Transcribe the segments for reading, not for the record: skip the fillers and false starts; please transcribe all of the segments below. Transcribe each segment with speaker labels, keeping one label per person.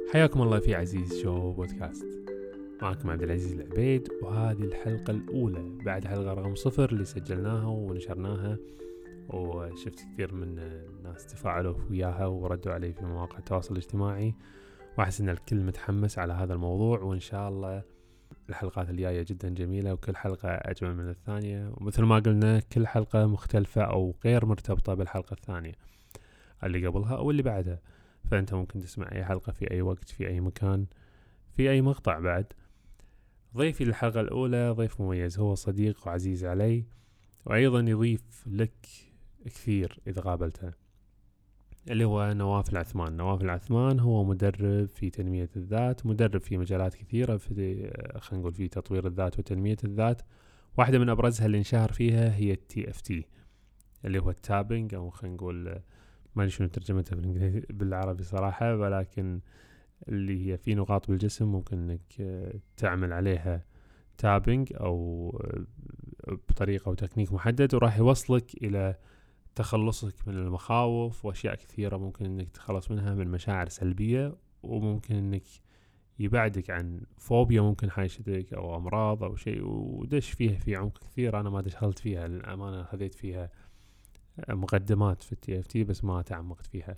Speaker 1: حياكم الله في عزيز شو بودكاست. معكم عبد العزيز العبيد، وهذه الحلقة الأولى بعد حلقة رقم 0 اللي سجلناها ونشرناها، وشفت كثير من الناس تفاعلوا وياها وردوا علي في مواقع التواصل الاجتماعي، وأحس أن الكل متحمس على هذا الموضوع. وإن شاء الله الحلقات الجاية جدا جميلة، وكل حلقة أجمل من الثانية، ومثل ما قلنا كل حلقة مختلفة أو غير مرتبطة بالحلقة الثانية اللي قبلها أو اللي بعدها. فأنت ممكن تسمع أي حلقة في أي وقت في أي مكان في أي مقطع. بعد ضيفي للحلقة الأولى ضيف مميز، هو صديق وعزيز علي، وأيضا يضيف لك كثير إذا قابلته، اللي هو نواف العثمان. نواف العثمان هو مدرب في تنمية الذات، مدرب في مجالات كثيرة، في خلينا نقول في تطوير الذات وتنمية الذات. واحدة من أبرزها اللي انشهر فيها هي TFT، اللي هو التابنج، أو خلينا نقول ما أدري شنو ترجمتها بالعربي صراحة، ولكن اللي هي في نقاط بالجسم ممكن انك تعمل عليها تابنج او بطريقة او تكنيك محدد، وراح يوصلك الى تخلصك من المخاوف واشياء كثيرة ممكن انك تخلص منها، من مشاعر سلبية، وممكن انك يبعدك عن فوبيا ممكن حايشتك او امراض او شيء. ودش فيها في عمق كثير، انا ما دخلت فيها للامانة، خذيت فيها مقدمات في TFT بس ما تعمقت فيها.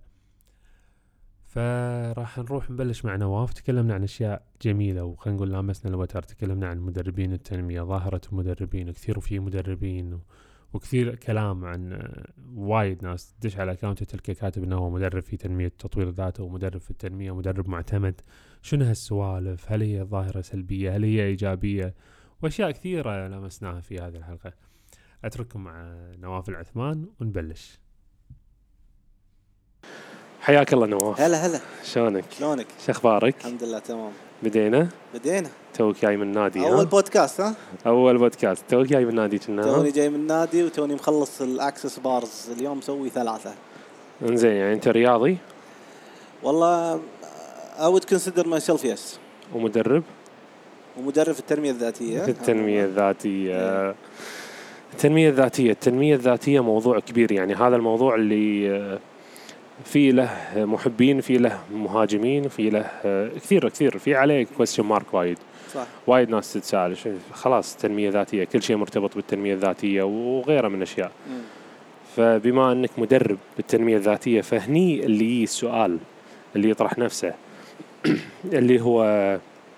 Speaker 1: فراح نروح نبلش مع نواف. تكلمنا عن أشياء جميلة، وخلينا نقول لامسنا الوتر. تكلمنا عن مدربين التنمية، ظاهرة المدربين، كثير وفي مدربين وكثير كلام عن وايد ناس تدش على أكاونت تلقى كاتب أنه هو مدرب في تنمية تطوير ذاته، ومدرب في التنمية، مدرب معتمد. شنو هالسوالف؟ هل هي ظاهرة سلبية؟ هل هي إيجابية؟ وأشياء كثيرة لامسناها في هذه الحلقة. أترككم مع نواف العثمان ونبلش. حياك الله نواف.
Speaker 2: هلا
Speaker 1: شلونك؟ شخبارك؟
Speaker 2: الحمد لله تمام.
Speaker 1: بدينا توك جاي من النادي.
Speaker 2: اول بودكاست.
Speaker 1: اول بودكاست. توك جاي من النادي كنا.
Speaker 2: توني جاي من النادي وتوني مخلص الاكسس بارز اليوم، مسوي 3.
Speaker 1: انزين، يعني انت رياضي؟
Speaker 2: والله I would consider myself yes.
Speaker 1: ومدرب
Speaker 2: في التنمية الذاتية.
Speaker 1: التنمية الذاتية موضوع كبير، يعني هذا الموضوع اللي في له محبين، في له مهاجمين، في له كثير في عليه question mark وايد.
Speaker 2: صح.
Speaker 1: وايد ناس تتساءل خلاص تنمية ذاتية، كل شيء مرتبط بالتنمية الذاتية وغيرها من أشياء. فبما أنك مدرب بالتنمية الذاتية، فهني اللي السؤال اللي يطرح نفسه اللي هو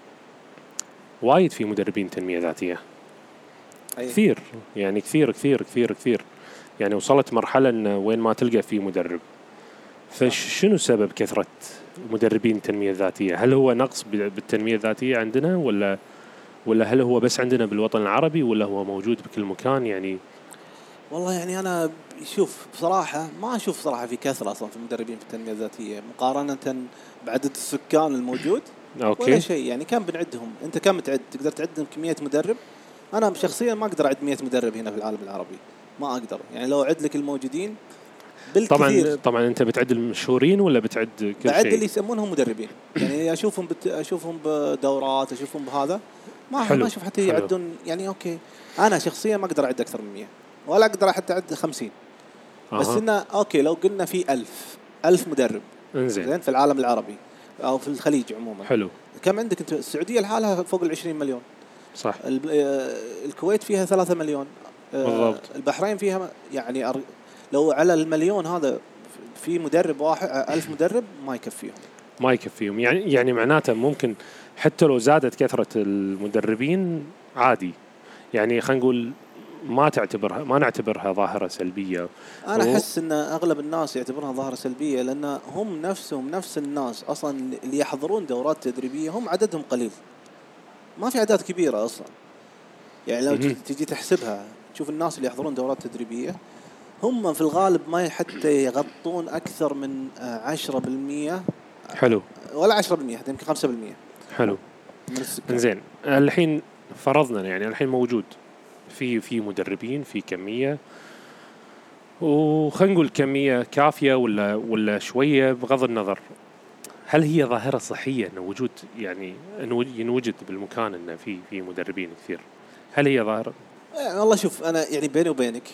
Speaker 1: وايد في مدربين تنمية ذاتية. كثير، يعني كثير يعني وصلت مرحلة إن وين ما تلقى في مدرب. فشنو سبب كثرة مدربين التنمية الذاتية؟ هل هو نقص بالتنمية الذاتية عندنا، ولا هل هو بس عندنا بالوطن العربي، ولا هو موجود بكل مكان؟ يعني
Speaker 2: والله يعني أنا شوف بصراحة ما أشوف صراحة في كثرة أصلا في المدربين في التنمية الذاتية مقارنة بعدد السكان الموجود. ولا شيء، يعني كم بنعدهم؟ أنت كم تعد؟ تقدر تعد كمية مدرب؟ أنا شخصيا ما أقدر أعد 100 مدرب هنا في العالم العربي، ما أقدر. يعني لو أعد لك الموجودين
Speaker 1: طبعا انت بتعد المشهورين ولا بتعد كل شيء؟
Speaker 2: بعد اللي يسمونهم مدربين، يعني اشوفهم بدورات، اشوفهم بهذا، ما اشوف حتى يعدون. يعني اوكي انا شخصيا ما اقدر اعد اكثر من 100، ولا اقدر حتى اعد 50. بس انه اوكي لو قلنا في 1000 مدرب زين في العالم العربي او في الخليج عموما.
Speaker 1: حلو.
Speaker 2: كم عندك انت؟ السعوديه لحالها فوق 20 مليون.
Speaker 1: صح.
Speaker 2: الكويت فيها 3 مليون
Speaker 1: بالضبط.
Speaker 2: البحرين فيها، يعني لو على المليون هذا في مدرب واحد 1000 مدرب ما يكفيهم.
Speaker 1: يعني معناته ممكن حتى لو زادت كثرة المدربين عادي، يعني خلينا نقول ما نعتبرها ظاهرة سلبية.
Speaker 2: أنا أحس أن أغلب الناس يعتبرها ظاهرة سلبية، لأن هم نفسهم نفس الناس أصلا اللي يحضرون دورات تدريبية هم عددهم قليل، ما في أعداد كبيرة أصلا. يعني لو تجي تحسبها تشوف الناس اللي يحضرون دورات تدريبية هم في الغالب ما حتى يغطون أكثر من 10%.
Speaker 1: حلو.
Speaker 2: ولا 10%، حتى يمكن 5%.
Speaker 1: حلو. إنزين، الحين فرضنا يعني الحين موجود في مدربين في كمية، وخلينا نقول كمية كافية ولا شوية بغض النظر. هل هي ظاهرة صحية إنه وجود، يعني إنه ينوجد بالمكان إنه في مدربين كثير؟ هل هي ظاهرة؟
Speaker 2: والله شوف، أنا يعني بيني وبينك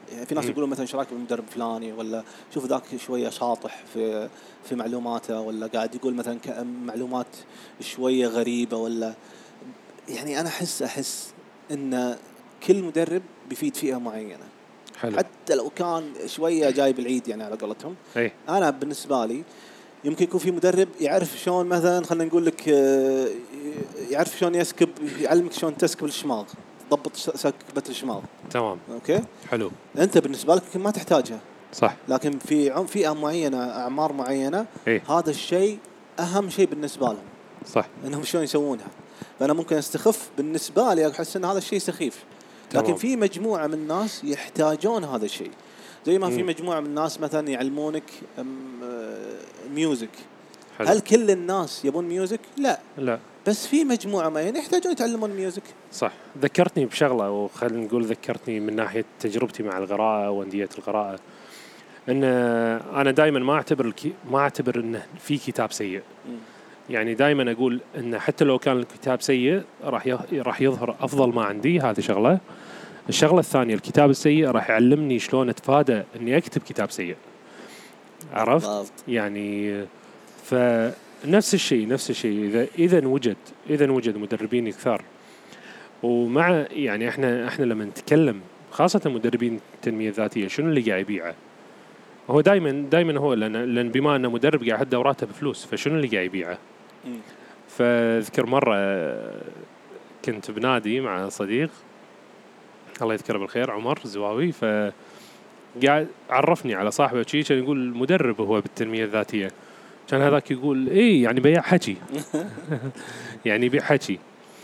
Speaker 2: يعني في ناس يقولون مثلا شراك بالمدرب فلاني، ولا شوف ذاك شويه شاطح في معلوماته، ولا قاعد يقول مثلا معلومات شويه غريبه، ولا يعني انا احس ان كل مدرب بيفيد فئه معينه.
Speaker 1: حلو.
Speaker 2: حتى لو كان شويه جاي بالعيد يعني على قولتهم.
Speaker 1: أي.
Speaker 2: انا بالنسبه لي يمكن يكون في مدرب يعرف شلون مثلا خلينا نقول لك يعرف شلون يسكب، يعلمك شلون تسكب الشماغ، تضبط سكبة الشماغ.
Speaker 1: تمام.
Speaker 2: اوكي
Speaker 1: حلو.
Speaker 2: انت بالنسبه لك ما تحتاجها،
Speaker 1: صح.
Speaker 2: لكن في فئه معينه، اعمار معينه،
Speaker 1: إيه؟
Speaker 2: هذا الشيء اهم شيء بالنسبه لهم.
Speaker 1: صح.
Speaker 2: انهم شلون يسوونها. فانا ممكن استخف بالنسبه لي، احس ان هذا الشيء سخيف. لكن
Speaker 1: تمام.
Speaker 2: في مجموعه من الناس يحتاجون هذا الشيء، زي ما في مجموعه من الناس مثلا يعلمونك ميوزك.
Speaker 1: حلو.
Speaker 2: هل كل الناس يبون ميوزك؟
Speaker 1: لا.
Speaker 2: بس في مجموعه ما يحتاجون يتعلمون ميوزك.
Speaker 1: صح. ذكرتني بشغله، وخلينا نقول ذكرتني من ناحيه تجربتي مع القراءه وانديه القراءه، ان انا دائما ما اعتبر انه في كتاب سيء. يعني دائما اقول ان حتى لو كان الكتاب سيء راح يظهر افضل ما عندي. هذه شغله. الشغله الثانيه، الكتاب السيء راح يعلمني شلون اتفادى اني اكتب كتاب سيء. عرفت يعني؟ فنفس الشيء اذا وجد مدربين كثار، ومع يعني احنا لما نتكلم خاصه مدربين التنميه الذاتيه، شنو اللي قاعد يبيعه؟ هو دائما هو لان بما انه مدرب قاعد يحدد دوراته بفلوس، فشنو اللي قاعد يبيعه؟ فاذكر مره كنت بنادي مع صديق الله يذكره بالخير، عمر زواوي، فقاعد عرفني على صاحبه شيء، كان يقول مدرب هو بالتنميه الذاتيه. كان هذاك يقول ايه يعني بيع حكي يعني يبيع حكي.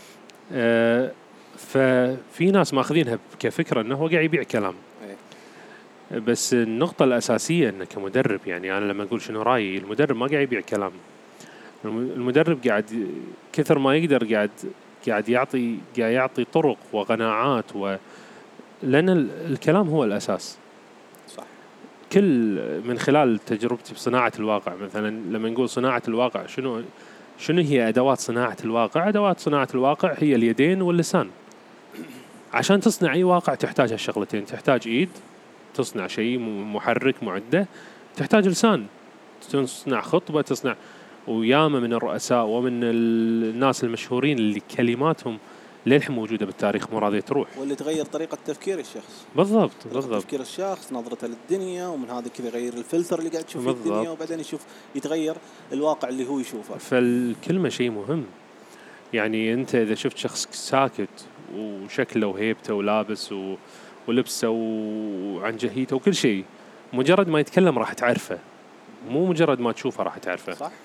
Speaker 1: ففي ناس ماخذينها كفكره انه هو قاعد يبيع كلام. بس النقطة الأساسية أنه كمدرب، يعني أنا لما أقول شنو رأيي، المدرب ما قاعد يبيع كلام. المدرب قاعد كثر ما يقدر قاعد يعطي طرق وقناعات، لأن الكلام هو الأساس.
Speaker 2: صح.
Speaker 1: كل من خلال تجربتي بصناعة الواقع، مثلا لما نقول صناعة الواقع، شنو هي أدوات صناعة الواقع؟ أدوات صناعة الواقع هي اليدين واللسان. عشان تصنع أي واقع تحتاج هالشغلتين، تحتاج إيد تصنع شيء محرك معدة، تحتاج لسان تصنع خطبة، تصنع. وياما من الرؤساء ومن الناس المشهورين اللي كلماتهم للحين موجودة بالتاريخ، مو راضية تروح،
Speaker 2: واللي تغير طريقة تفكير الشخص.
Speaker 1: بالضبط.
Speaker 2: تفكير الشخص، نظرته للدنيا، ومن هذا كذا يغير الفلتر اللي قاعد تشوف الدنيا، وبعدين يتغير الواقع اللي هو يشوفه.
Speaker 1: فالكلمة شيء مهم. يعني أنت إذا شفت شخص ساكت وشكله وهيبته ولابس ولبسه وعن جهيته وكل شيء، مجرد ما يتكلم راح تعرفه، مو مجرد ما تشوفه راح تعرفه.
Speaker 2: صح.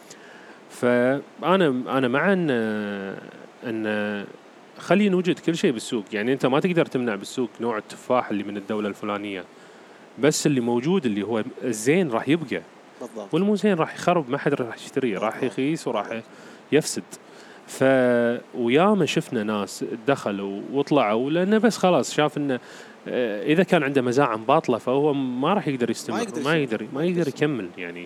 Speaker 1: فأنا مع أن خلي نوجد كل شيء بالسوق. يعني أنت ما تقدر تمنع بالسوق نوع التفاح اللي من الدولة الفلانية، بس اللي موجود اللي هو الزين راح يبقى،
Speaker 2: بالضبط.
Speaker 1: والمو زين راح يخرب، ما حد راح يشتريه، راح يخيس وراح يفسد. وياما شفنا ناس دخلوا وطلعوا لأنه بس خلاص شاف إنه إذا كان عنده مزاعم باطلة فهو ما راح يقدر يستمر، ما يقدر يكمل يعني.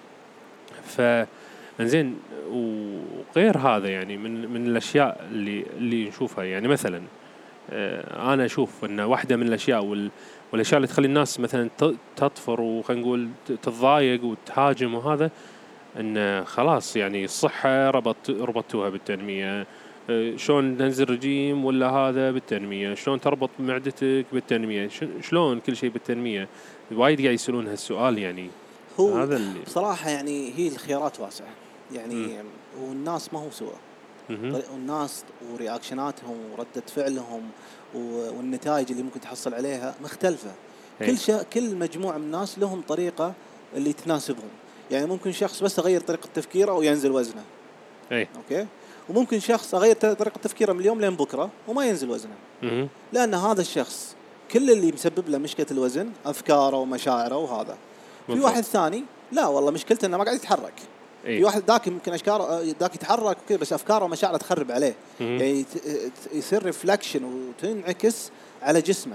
Speaker 1: فإنزين وغير هذا يعني من الأشياء اللي نشوفها، يعني مثلا أنا أشوف إن واحدة من الأشياء والأشياء اللي تخلي الناس مثلا تطفر وخلينا نقول تتضايق وتهاجم، وهذا إن خلاص يعني الصحة ربطتوها بالتنمية، شلون ننزل رجيم ولا هذا بالتنمية، شلون تربط معدتك بالتنمية، شلون كل شيء بالتنمية. وايد قاعد يسألون هالسؤال يعني.
Speaker 2: هو
Speaker 1: هذا اللي
Speaker 2: بصراحة يعني هي الخيارات واسعة يعني. والناس ما هو سوا، والناس ورياكشناتهم وردة فعلهم والنتائج اللي ممكن تحصل عليها مختلفة. كل مجموعة من الناس لهم طريقة اللي تناسبهم. يعني ممكن شخص بس أغير طريقة تفكيره وينزل وزنه. أوكي. وممكن شخص أغير طريقة تفكيره من اليوم لين بكرة وما ينزل وزنه. لأن هذا الشخص كل اللي مسبب له مشكلة الوزن أفكاره ومشاعره وهذا. في واحد ثاني لا والله مشكلته إنه ما قاعد يتحرك. في واحد ذاك يمكن أشكاره ذاك يتحرك وكذا، بس أفكاره ومشاعره تخرب عليه. يعني يصير ريفلكشن وتنعكس على جسمه.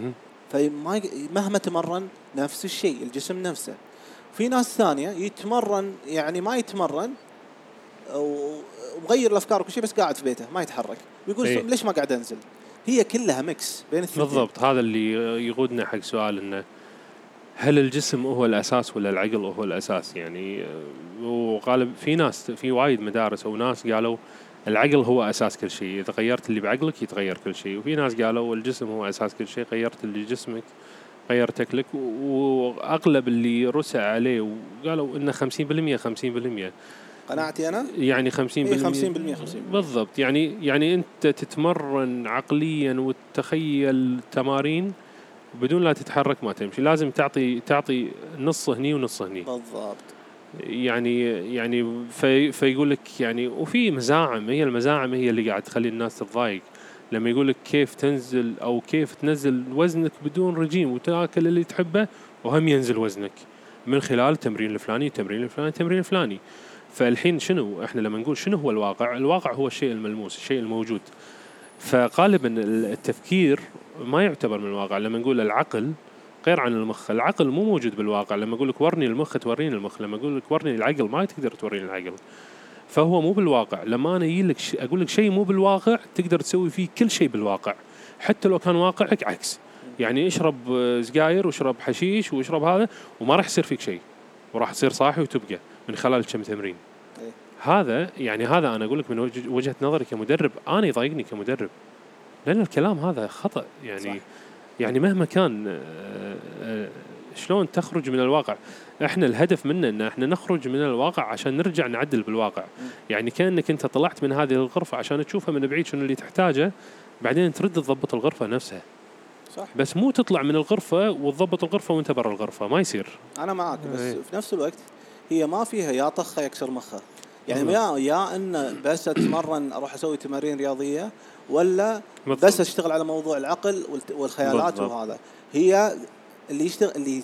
Speaker 2: فمهما تمرن نفس الشيء الجسم نفسه. في ناس ثانية يتمرن يعني ما يتمرن ومغير الأفكار وكل شيء، بس قاعد في بيته ما يتحرك، ويقول ليش ما قاعد أنزل. هي كلها ميكس بين الثنتين.
Speaker 1: بالضبط. هذا اللي يقودنا حق سؤال إنه هل الجسم هو الأساس ولا العقل هو الأساس؟ يعني وغالب في ناس في وايد مدارس أو ناس قالوا العقل هو أساس كل شيء، إذا غيرت اللي بعقلك يتغير كل شيء. وفي ناس قالوا الجسم هو أساس كل شيء، غيرت اللي جسمك غيرت أكلك. وأغلب اللي رسع عليه وقالوا إنه 50% 50%.
Speaker 2: قناعتي أنا
Speaker 1: يعني 50%.
Speaker 2: 50%.
Speaker 1: بالضبط. يعني أنت تتمرن عقليا وتتخيل تمارين بدون لا تتحرك ما تمشي. لازم تعطي نص هني ونص هني.
Speaker 2: بالضبط.
Speaker 1: يعني فيقول لك يعني. وفي مزاعم، هي المزاعم هي اللي قاعد تخلي الناس تتضايق لما يقول لك كيف تنزل أو كيف تنزل وزنك بدون رجيم وتاكل اللي تحبه وهم ينزل وزنك من خلال التمرين الفلاني التمرين الفلاني. فالحين شنو احنا لما نقول شنو هو الواقع هو الشيء الملموس، الشيء الموجود. فغالبا التفكير ما يعتبر من الواقع. لما نقول العقل غير عن المخ، العقل مو موجود بالواقع. لما أقول لك ورني المخ توريني المخ، لما أقول لك ورني العقل ما تقدر توريني العقل. فهو مو بالواقع. لما أنا أقول لك شيء مو بالواقع تقدر تسوي فيه كل شيء بالواقع حتى لو كان واقعك عكس. يعني اشرب سجاير واشرب حشيش واشرب هذا وما راح يصير فيك شيء، وراح تصير صاحي وتبقى من خلال كم تمرين. هذا أنا أقول لك من وجهة نظري كمدرب، أنا يضايقني كمدرب لأن الكلام هذا خطأ. يعني صح. يعني مهما كان شلون تخرج من الواقع. احنا الهدف منا ان احنا نخرج من الواقع عشان نرجع نعدل بالواقع. يعني كأنك انت طلعت من هذه الغرفة عشان تشوفها من بعيد شنو اللي تحتاجه، بعدين ترد تضبط الغرفة نفسها. صح. بس مو تطلع من الغرفة وتضبط الغرفة وانت برا الغرفة، ما يصير.
Speaker 2: انا معك بس في نفس الوقت هي ما فيها يا طخة يكسر مخه. يعني يا ان بس اتمرن اروح اسوي تمارين رياضية، ولا بس اشتغل على موضوع العقل والخيالات. بالضبط. وهذا هي اللي يشتغل اللي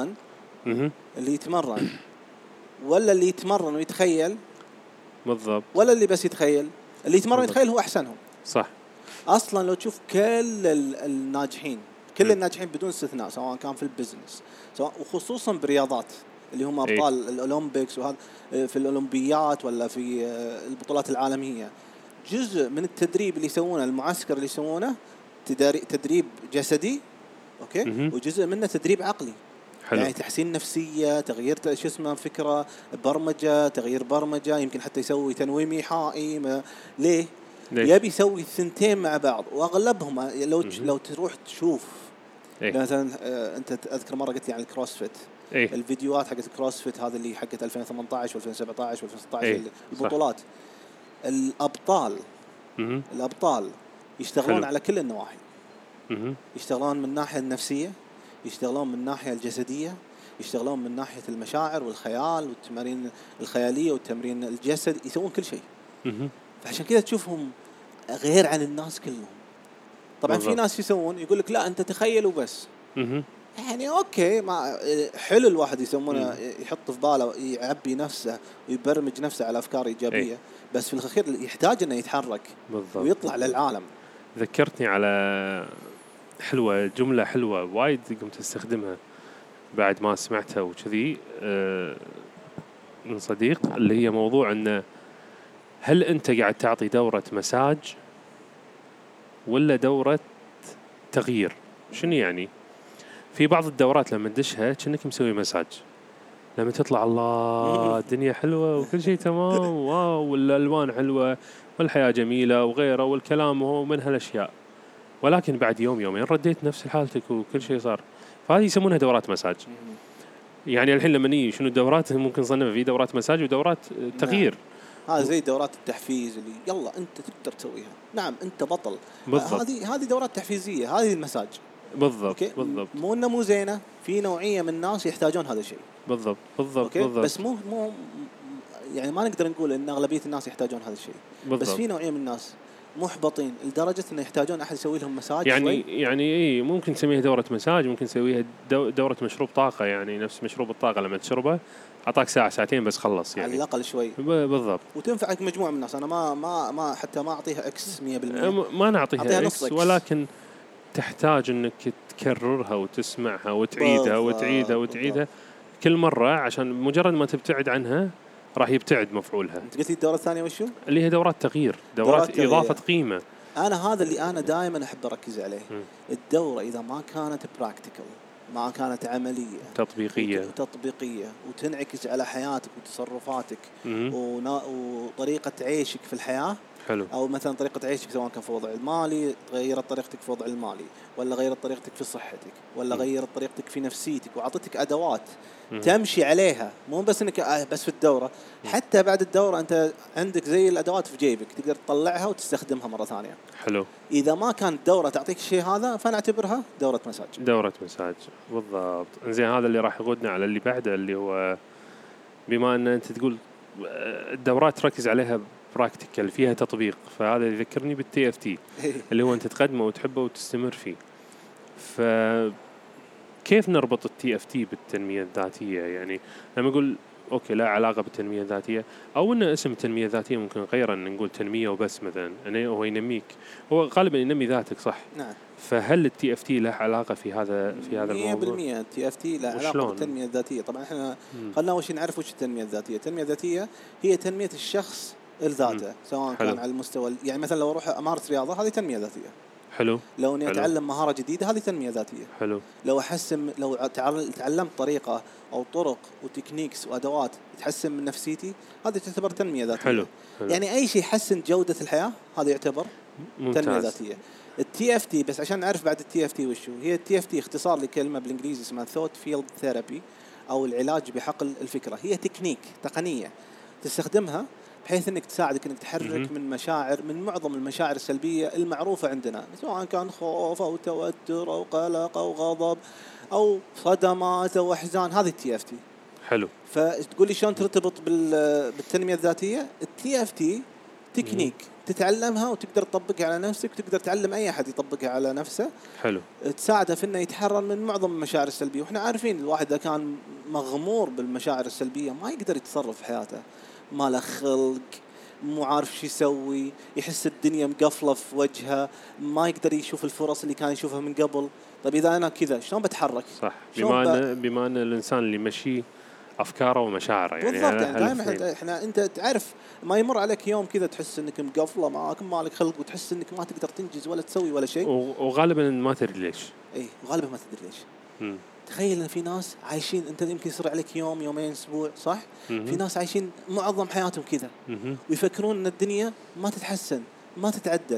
Speaker 2: يتمرن ولا اللي يتمرن ويتخيل.
Speaker 1: بالضبط.
Speaker 2: ولا اللي بس يتخيل. اللي يتمرن يتخيل هو احسنهم.
Speaker 1: صح.
Speaker 2: اصلا لو تشوف كل الناجحين الناجحين بدون استثناء، سواء كان في البزنس وخصوصا بالرياضات اللي هم ابطال الاولمبيكس وهذا في الاولمبيات ولا في البطولات العالميه، جزء من التدريب اللي يسوونه، المعسكر اللي يسوونه تدريب جسدي، اوكي، وجزء منه تدريب عقلي. حلو. يعني تحسين نفسية، تغيير فكرة، برمجة، تغيير برمجة، يمكن حتى يسوي تنويم إيحائي. ليه؟ يبي يسوي الثنتين مع بعض. واغلبهم لو تروح تشوف مثلا انت اذكر مره قلت لي عن الكروسفيت. الفيديوهات حقت الكروسفيت هذه اللي حقت 2018 و2017 و2016 البطولات. الابطال يشتغلون حلو. على كل النواحي. يشتغلون من الناحيه النفسيه، يشتغلون من الناحيه الجسديه، يشتغلون من ناحيه المشاعر والخيال والتمارين الخياليه والتمرين الجسد، يسوون كل شيء. فعشان كذا تشوفهم غير عن الناس كلهم. طبعا بالضبط. في ناس يسوون يقول لك لا انت تخيل وبس. يعني اوكي، ما حلو الواحد يسمونه يحط في باله يعبي نفسه ويبرمج نفسه على افكار ايجابيه. بس في الاخير يحتاج انه يتحرك بالضبط. ويطلع للعالم.
Speaker 1: ذكرتني على جمله حلوه وايد قمت استخدمها بعد ما سمعتها وكذي من صديق، اللي هي موضوع انه هل أنت قاعد تعطي دورة مساج ولا دورة تغيير؟ شنو يعني؟ في بعض الدورات لما تدشها كأنك مسوي مساج، لما تطلع الله الدنيا حلوة وكل شيء تمام واو، والألوان حلوة والحياة جميلة وغيره والكلام هو من هالأشياء، ولكن بعد يومين رديت نفس حالتك وكل شيء صار. فهذه يسمونها دورات مساج. يعني الحين لما نيجي شنو الدورات ممكن نصنفها في دورات مساج ودورات تغيير.
Speaker 2: هذا زي دورات التحفيز اللي يلا انت تقدر تسويها، نعم انت بطل. هذه دورات تحفيزيه، هذه المساج. بالضبط. مو انه مو زينه، في نوعيه من الناس يحتاجون هذا الشيء. بالضبط. بس مو يعني ما نقدر نقول ان اغلبيه الناس يحتاجون هذا الشيء. بس في نوعيه من الناس محبطين لدرجه انه يحتاجون احد يسوي لهم مساج.
Speaker 1: يعني ممكن نسميها دوره مساج، ممكن نسويها دوره مشروب طاقه. يعني نفس مشروب الطاقه لما تشربه أعطاك ساعة ساعتين بس خلص يعني
Speaker 2: على الأقل شوي.
Speaker 1: بالضبط.
Speaker 2: وتنفعك مجموعة من الناس. أنا ما حتى ما أعطيها إكس 100%.
Speaker 1: ما نعطيها إكس، ولكن تحتاج إنك تكررها وتسمعها وتعيدها وتعيدها كل مرة، عشان مجرد ما تبتعد عنها راح يبتعد مفعولها.
Speaker 2: أنت قلت لي الدورة الثانية وشو؟
Speaker 1: اللي هي دورات تغيير، دورات إضافة قيمة.
Speaker 2: انا هذا اللي انا دائما احب اركز عليه. الدوره اذا ما كانت براكتيكال، ما كانت عمليه تطبيقيه وتنعكس على حياتك وتصرفاتك وطريقه عيشك في الحياه.
Speaker 1: حلو.
Speaker 2: او مثلا طريقه عيشك سواء كان في وضع المالي، غيرت طريقتك في وضع المالي، ولا غيرت طريقتك في صحتك، ولا غيرت طريقتك في نفسيتك، وعطتك ادوات تمشي عليها. مو بس انك بس في الدوره، حتى بعد الدوره انت عندك زي الادوات في جيبك تقدر تطلعها وتستخدمها مره ثانيه.
Speaker 1: حلو.
Speaker 2: اذا ما كانت دوره تعطيك الشيء هذا فنعتبرها دوره مساج.
Speaker 1: بالضبط. زين، هذا اللي راح يقودنا على اللي بعده، اللي هو بما ان انت تقول الدورات تركز عليها براكتيكال فيها تطبيق، فهذا يذكرني بالتي اف تي اللي هو انت تقدمه وتحبه وتستمر فيه. فكيف نربط التي اف تي بالتنمية الذاتية؟ يعني لما اقول اوكي لا علاقة بالتنمية الذاتية، او ان اسم التنمية الذاتية ممكن نغيره ان نقول تنمية وبس مثلا، انه هو ينميك، هو غالبا ينمي ذاتك، صح؟
Speaker 2: نعم.
Speaker 1: فهل التي اف تي له علاقة في هذا الموضوع؟
Speaker 2: 100% التي اف تي له علاقة بالتنمية الذاتية. طبعا احنا خلنا اول شيء نعرف وش التنمية الذاتية. التنمية الذاتية هي تنمية الشخص الذاته، سواء كان على المستوى، يعني مثلا لو اروح امارس رياضة هذه تنمية ذاتية.
Speaker 1: حلو.
Speaker 2: لو اني اتعلم مهارة جديدة هذه تنمية ذاتية.
Speaker 1: حلو.
Speaker 2: لو تعلمت طريقة او طرق وتكنيكس وادوات تحسن من نفسيتي هذه تعتبر تنمية ذاتية.
Speaker 1: حلو.
Speaker 2: يعني اي شيء يحسن جودة الحياة هذا يعتبر تنمية ذاتية. التي اف تي، بس عشان نعرف بعد التي اف تي وشو هي. التي اف تي اختصار لكلمة بالانجليزي اسمها ثوت فيلد ثيرابي، او العلاج بحقل الفكرة. هي تقنية تستخدمها بحيث انك تساعدك انك تحرك من معظم المشاعر السلبية المعروفة عندنا، سواء كان خوف او توتر او قلق او غضب او صدمات او احزان. هذه التي اف تي.
Speaker 1: حلو.
Speaker 2: فتقول لي شلون ترتبط بالتنمية الذاتية؟ التي اف تي تكنيك تتعلمها وتقدر تطبقها على نفسك، وتقدر تعلم اي احد يطبقها على نفسه.
Speaker 1: حلو.
Speaker 2: تساعده في انه يتحرر من معظم المشاعر السلبيه. واحنا عارفين الواحد اذا كان مغمور بالمشاعر السلبيه ما يقدر يتصرف في حياته، ما له خلق، مو عارف شو يسوي، يحس الدنيا مقفله في وجهه، ما يقدر يشوف الفرص اللي كان يشوفها من قبل. طيب اذا انا كذا شلون بتحرك؟
Speaker 1: صح. بما ان الانسان اللي مشي افكاره ومشاعره، يعني
Speaker 2: بالضبط. يعني دائما احنا انت تعرف ما يمر عليك يوم كذا تحس انك مقفله مالك خلق، وتحس انك ما تقدر تنجز ولا تسوي ولا شيء،
Speaker 1: وغالبا ما تدري ليش.
Speaker 2: وغالبا ما تدري ليش. تخيل ان في ناس عايشين، انت يمكن يصير عليك يوم يومين اسبوع، صح؟ في ناس عايشين معظم حياتهم كذا ويفكرون ان الدنيا ما تتحسن ما تتعدل.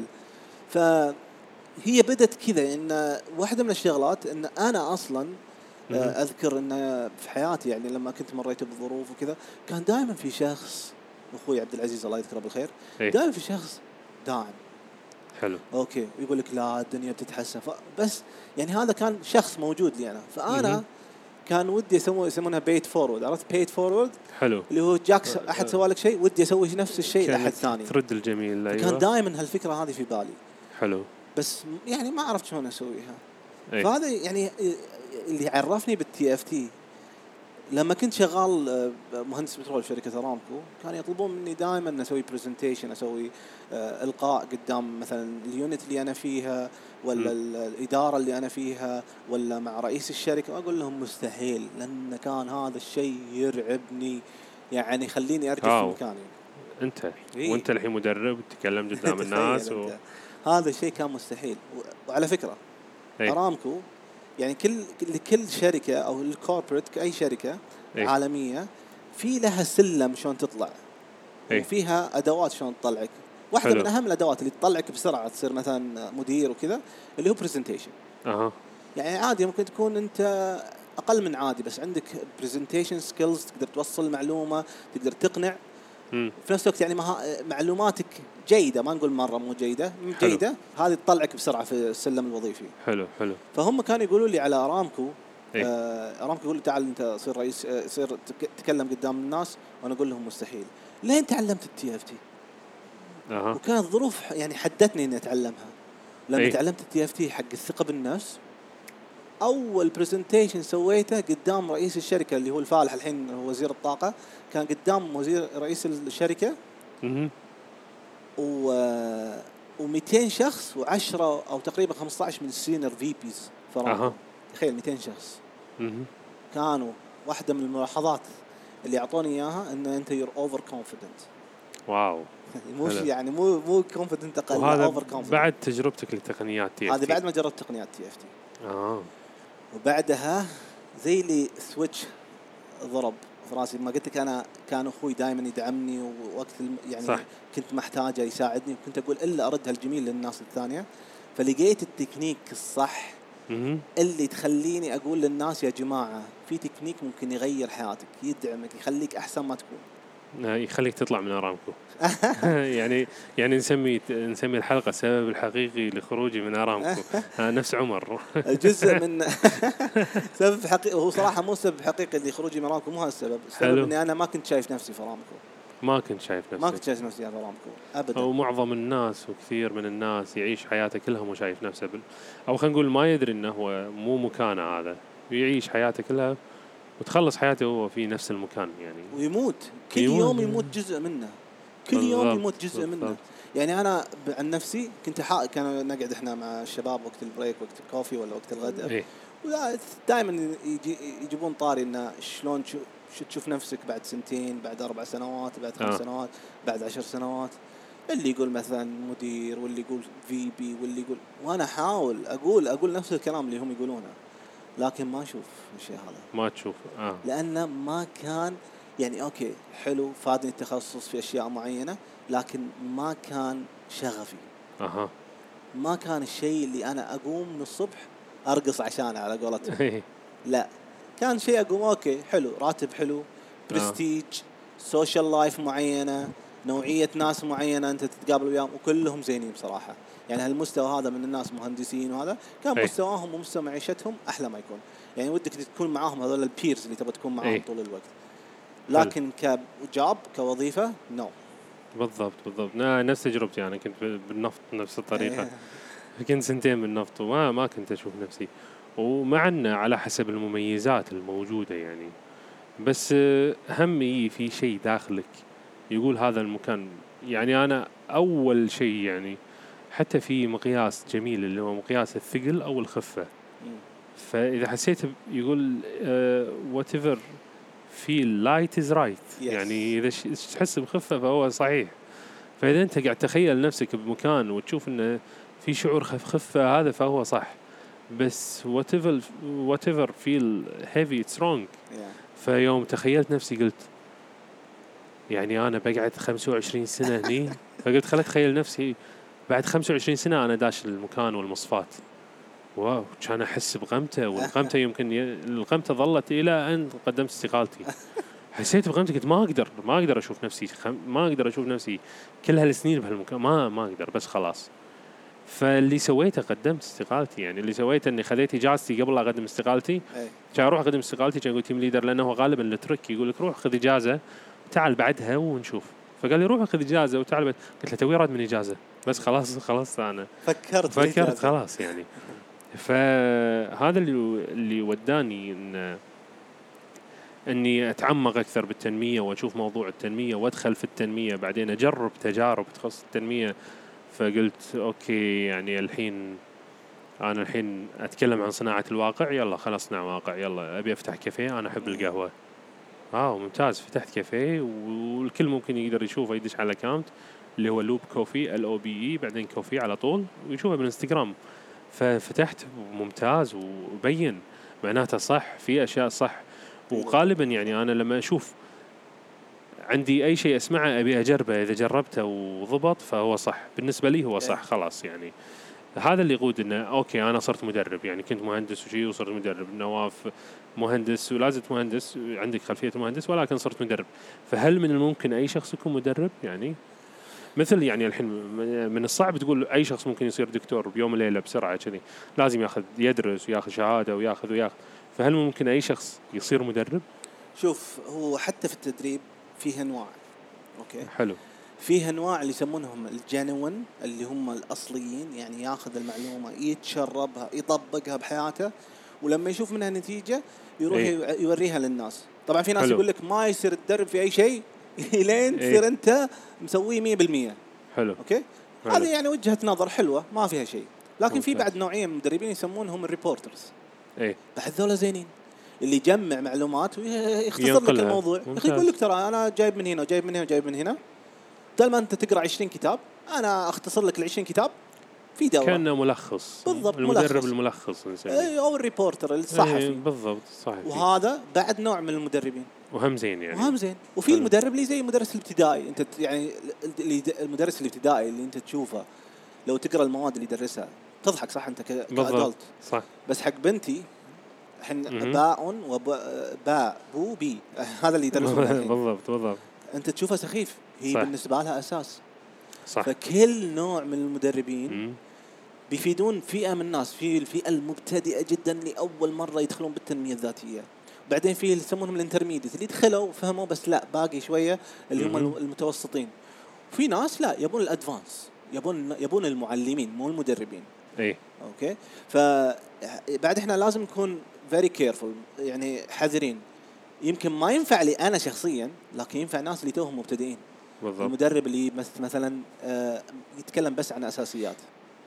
Speaker 2: فهي بدت كذا. ان واحده من الشغلات ان انا اصلا أذكر أن في حياتي، يعني لما كنت مريت بظروف وكذا، كان دائما في شخص، أخوي عبد العزيز الله يذكره بالخير، دائما في شخص داعم.
Speaker 1: حلو.
Speaker 2: أوكي، ويقول لك لا الدنيا بتتحسن. بس يعني هذا كان شخص موجود لي أنا. فأنا كان ودي يسمونها بيت فورورد. عرفت بيت فورورد؟
Speaker 1: حلو.
Speaker 2: اللي هو جاك أحد سوالك شيء ودي أسوي نفس الشيء لأحد ثاني.
Speaker 1: ترد الجميل. أيوة.
Speaker 2: كان دائما هالفكرة هذه في بالي.
Speaker 1: حلو.
Speaker 2: بس يعني ما عرفت شلون أسويها. فهذا يعني اللي عرفني بالتي اف تي. لما كنت شغال مهندس بترول في شركة أرامكو، كانوا يطلبون مني دائما اسوي برزنتيشن، اسوي القاء قدام مثلا اليونت اللي انا فيها، ولا الاداره اللي انا فيها، ولا مع رئيس الشركه. اقول لهم مستحيل، لان كان هذا الشيء يرعبني، يعني خليني ارجع في مكاني.
Speaker 1: انت وانت الحين مدرب تتكلم قدام الناس
Speaker 2: هذا الشيء كان مستحيل. وعلى فكره أرامكو يعني كل شركة أو الكوربريت كأي شركة عالمية في لها سلم شلون تطلع، وفيها أدوات شلون تطلعك. واحدة من أهم الأدوات اللي تطلعك بسرعة تصير مثلا مدير وكذا اللي هو برزنتيشن. يعني عادي ممكن تكون أنت أقل من عادي، بس عندك برزنتيشن سكيلز، تقدر توصل معلومة، تقدر تقنع في نفس الوقت. يعني معلوماتك جيدة، ما نقول مرة مو جيدة، جيدة، هذه تطلعك بسرعة في السلم الوظيفي.
Speaker 1: حلو.
Speaker 2: فهم كانوا يقولوا لي على أرامكو، أرامكو يقول لي تعال أنت صير رئيس، صير تكلم قدام الناس. وأنا أقول لهم مستحيل. لين تعلمت التي اف تي. وكانت ظروف يعني حدتني إني أتعلمها. لما تعلمت التي اف تي حق الثقة بالنفس، أول برزنتيشن سويته قدام رئيس الشركة اللي هو الفالح الحين هو وزير الطاقة، كان قدام رئيس الشركة و200 شخص و10 أو تقريبا 15 من السينيور فيبيز فرنسا. تخيل 200 شخص. كانوا واحدة من الملاحظات اللي أعطوني إياها إن أنت you're over confident.
Speaker 1: واو.
Speaker 2: مو يعني مو كونفيدنت اقل، اوفر كونفيدنت.
Speaker 1: بعد تجربتك للتقنيات TFT
Speaker 2: هذه بعد ما جربت تقنيات TFT. وبعدها زي اللي سويتش ضرب في راسي. ما قلت لك انا كان اخوي دائما يدعمني، ووقت يعني صح. كنت محتاجه يساعدني، وكنت اقول الا ارد هالجميل للناس الثانيه. فلقيت التكنيك الصح اللي تخليني اقول للناس يا جماعه في تكنيك ممكن يغير حياتك، يدعمك، يخليك احسن ما تكون،
Speaker 1: يخليك تطلع من ارامكو. يعني نسمي الحلقه السبب الحقيقي لخروجي من ارامكو. نفس عمر.
Speaker 2: جزء من سبب حقيقي. هو صراحه مو سبب حقيقي لخروجي من ارامكو، مو هذا السبب. السبب اني انا ما كنت شايف نفسي في ارامكو.
Speaker 1: ما كنت شايف نفسي
Speaker 2: في ارامكو ابدا.
Speaker 1: ومعظم الناس وكثير من الناس يعيش حياته كلها مو شايف نفسه او خلينا نقول ما يدري انه هو مو مكانه هذا، يعيش حياته كلها وتخلص حياته هو في نفس المكان يعني،
Speaker 2: ويموت كل يوم يموت جزء منه، كل يوم يموت جزء منه. يعني أنا عن نفسي كنت كانوا نقعد إحنا مع الشباب وقت البريك، وقت الكوفي ولا وقت الغداء، ودائما يجيبون طاري إنه شلون شو تشوف نفسك بعد 2 سنين، بعد 4 سنوات، بعد 5 سنوات، بعد 10 سنوات. اللي يقول مثلا مدير، واللي يقول VP، واللي يقول، وأنا أحاول أقول نفس الكلام اللي هم يقولونه، لكن ما أشوف الشيء هذا.
Speaker 1: ما تشوف
Speaker 2: لأنه ما كان يعني أوكي حلو فادني التخصص في أشياء معينة، لكن ما كان شغفي. ما كان الشيء اللي أنا أقوم من الصبح أرقص عشانه على قولتهم. لا، كان شيء أقوم أوكي حلو، راتب حلو، برستيج، سوشيال لايف معينة، نوعية ناس معينة أنت تتقابل وياهم وكلهم زينين بصراحة. يعني هالمستوى هذا من الناس مهندسين، وهذا كان مستواهم ومستوى معيشتهم أحلى ما يكون. يعني ودك تكون معاهم هذول البيرز اللي تبغى تكون معاهم طول الوقت، لكن كجاب كوظيفة نو.
Speaker 1: بالضبط نفس تجربتي. أنا كنت بالنفط نفس الطريقة. كنت 2 سنين بالنفط وما كنت أشوف نفسي، ومعنا على حسب المميزات الموجودة يعني. بس همي في شيء داخلك يقول هذا المكان. يعني أنا أول شيء يعني حتى في مقياس جميل اللي هو مقياس الثقل أو الخفة. فإذا حسيت يقول whatever feel light is right. يعني إذا تحس بخفة فهو صحيح. فإذا أنت قاعد تخيل نفسك بمكان وتشوف إنه في شعور خفة هذا فهو صح. بس whatever feel heavy it's wrong. فيوم تخيلت نفسي قلت يعني أنا بقعد 25 سنة هني. فقلت خلت أتخيل نفسي بعد 25 سنة أنا داش المكان والمصفات. واو، كان أحس بغمته، والغمته يمكن الغمته ظلت إلى أن قدمت استقالتي. حسيت بغمته، قلت ما أقدر أشوف نفسي، ما أقدر أشوف نفسي كل هالسنين بهالمكان، ما أقدر، بس خلاص. فاللي سويته قدمت استقالتي. يعني اللي سويته إني خذيت إجازتي قبل لا أقدم استقالتي. كان أروح أقدم استقالتي، كان يقول تيم ليدر، لأنه غالبا الترك يقول لك روح خذ إجازة تعال بعدها ونشوف. فقال لي روح خذ إجازة وتعال قلت له توي راد من إجازة، بس خلاص أنا فكرت خلاص يعني. فهذا اللي وداني إني أتعمق أكثر بالتنمية وأشوف موضوع التنمية وأدخل في التنمية، بعدين أجرب تجارب تخص التنمية. فقلت أوكي يعني الحين أتكلم عن صناعة الواقع، يلا خلاص أصنع واقع، يلا أبي أفتح كافيه، أنا أحب القهوة. ممتاز، فتحت كافيه والكل ممكن يقدر يشوفه، يدش على أكاونت اللي هو لوب كوفي LOBE بعدين كوفي على طول ويشوفه بالإنستغرام. ففتحت ممتاز وبين معناته صح، في أشياء صح. وغالبا يعني أنا لما أشوف عندي أي شيء أسمعه أبي أجربه، إذا جربته وضبط فهو صح بالنسبة لي، هو صح خلاص. يعني هذا اللي يقود إنه أوكي أنا صرت مدرب. يعني كنت مهندس وشيء وصرت مدرب. نواف مهندس ولازلت مهندس، عندك خلفية مهندس ولكن صرت مدرب. فهل من الممكن أي شخص يكون مدرب؟ يعني مثل يعني الحين من الصعب تقول أي شخص ممكن يصير دكتور بيوم وليلة بسرعة كذي، لازم يدرس وياخذ شهادة وياخذ. فهل ممكن أي شخص يصير مدرب؟
Speaker 2: شوف، هو حتى في التدريب فيه أنواع. أوكي
Speaker 1: حلو.
Speaker 2: فيه أنواع اللي يسمونهم الجنون، اللي هم الأصليين، يعني ياخذ المعلومة يتشربها يطبقها بحياته، ولما يشوف منها نتيجة يروح يوريها للناس. طبعا في ناس يقول لك ما يصير تدرب في أي شيء لين تصير أنت مسويه 100%.
Speaker 1: حلو.
Speaker 2: أوكي. هذه يعني وجهة نظر حلوة ما فيها شيء. لكن في بعد نوعية من المدربين يسمونهم الريبورترز. بعد ذولا زينين، اللي يجمع معلومات ويختصر لك الموضوع. يقول لك ترى أنا جايب من هنا وجايب من هنا وجايب من هنا، بدل ما انت تقرا 20 كتاب انا اختصر لك ال 20 كتاب في دورة.
Speaker 1: كأنه ملخص.
Speaker 2: بالضبط،
Speaker 1: المدرب
Speaker 2: ملخص.
Speaker 1: الملخص نسميه.
Speaker 2: او الريبورتر الصحفي.
Speaker 1: بالضبط صحفي.
Speaker 2: وهذا بعد نوع من المدربين
Speaker 1: وهم زين يعني.
Speaker 2: وهم زين. وفي المدرب اللي زي المدرس الابتدائي، انت يعني المدرس الابتدائي اللي انت تشوفه لو تقرا المواد اللي يدرسها تضحك صح انت كأدلت.
Speaker 1: صح.
Speaker 2: بس حق بنتي الحين باء وباء بو بي هذا اللي يدرسون الحين.
Speaker 1: بالضبط.
Speaker 2: انت تشوفها سخيف، هي صح. بالنسبه لها اساس.
Speaker 1: صح.
Speaker 2: فكل نوع من المدربين بيفيدون فئه من الناس. في الفئه المبتدئه جدا اللي اول مره يدخلون بالتنميه الذاتيه، بعدين في اللي يسمونهم الانترميديت اللي دخلوا فهموا بس لا باقي شويه اللي هم المتوسطين. في ناس لا يبون الادفانس، يبون المعلمين مو المدربين.
Speaker 1: اي
Speaker 2: اوكي. فبعد احنا لازم نكون very careful، يعني حذرين. يمكن ما ينفع لي انا شخصيا، لكن ينفع ناس اللي توهم مبتدئين. بالضبط. المدرب اللي مثلا يتكلم بس عن اساسيات.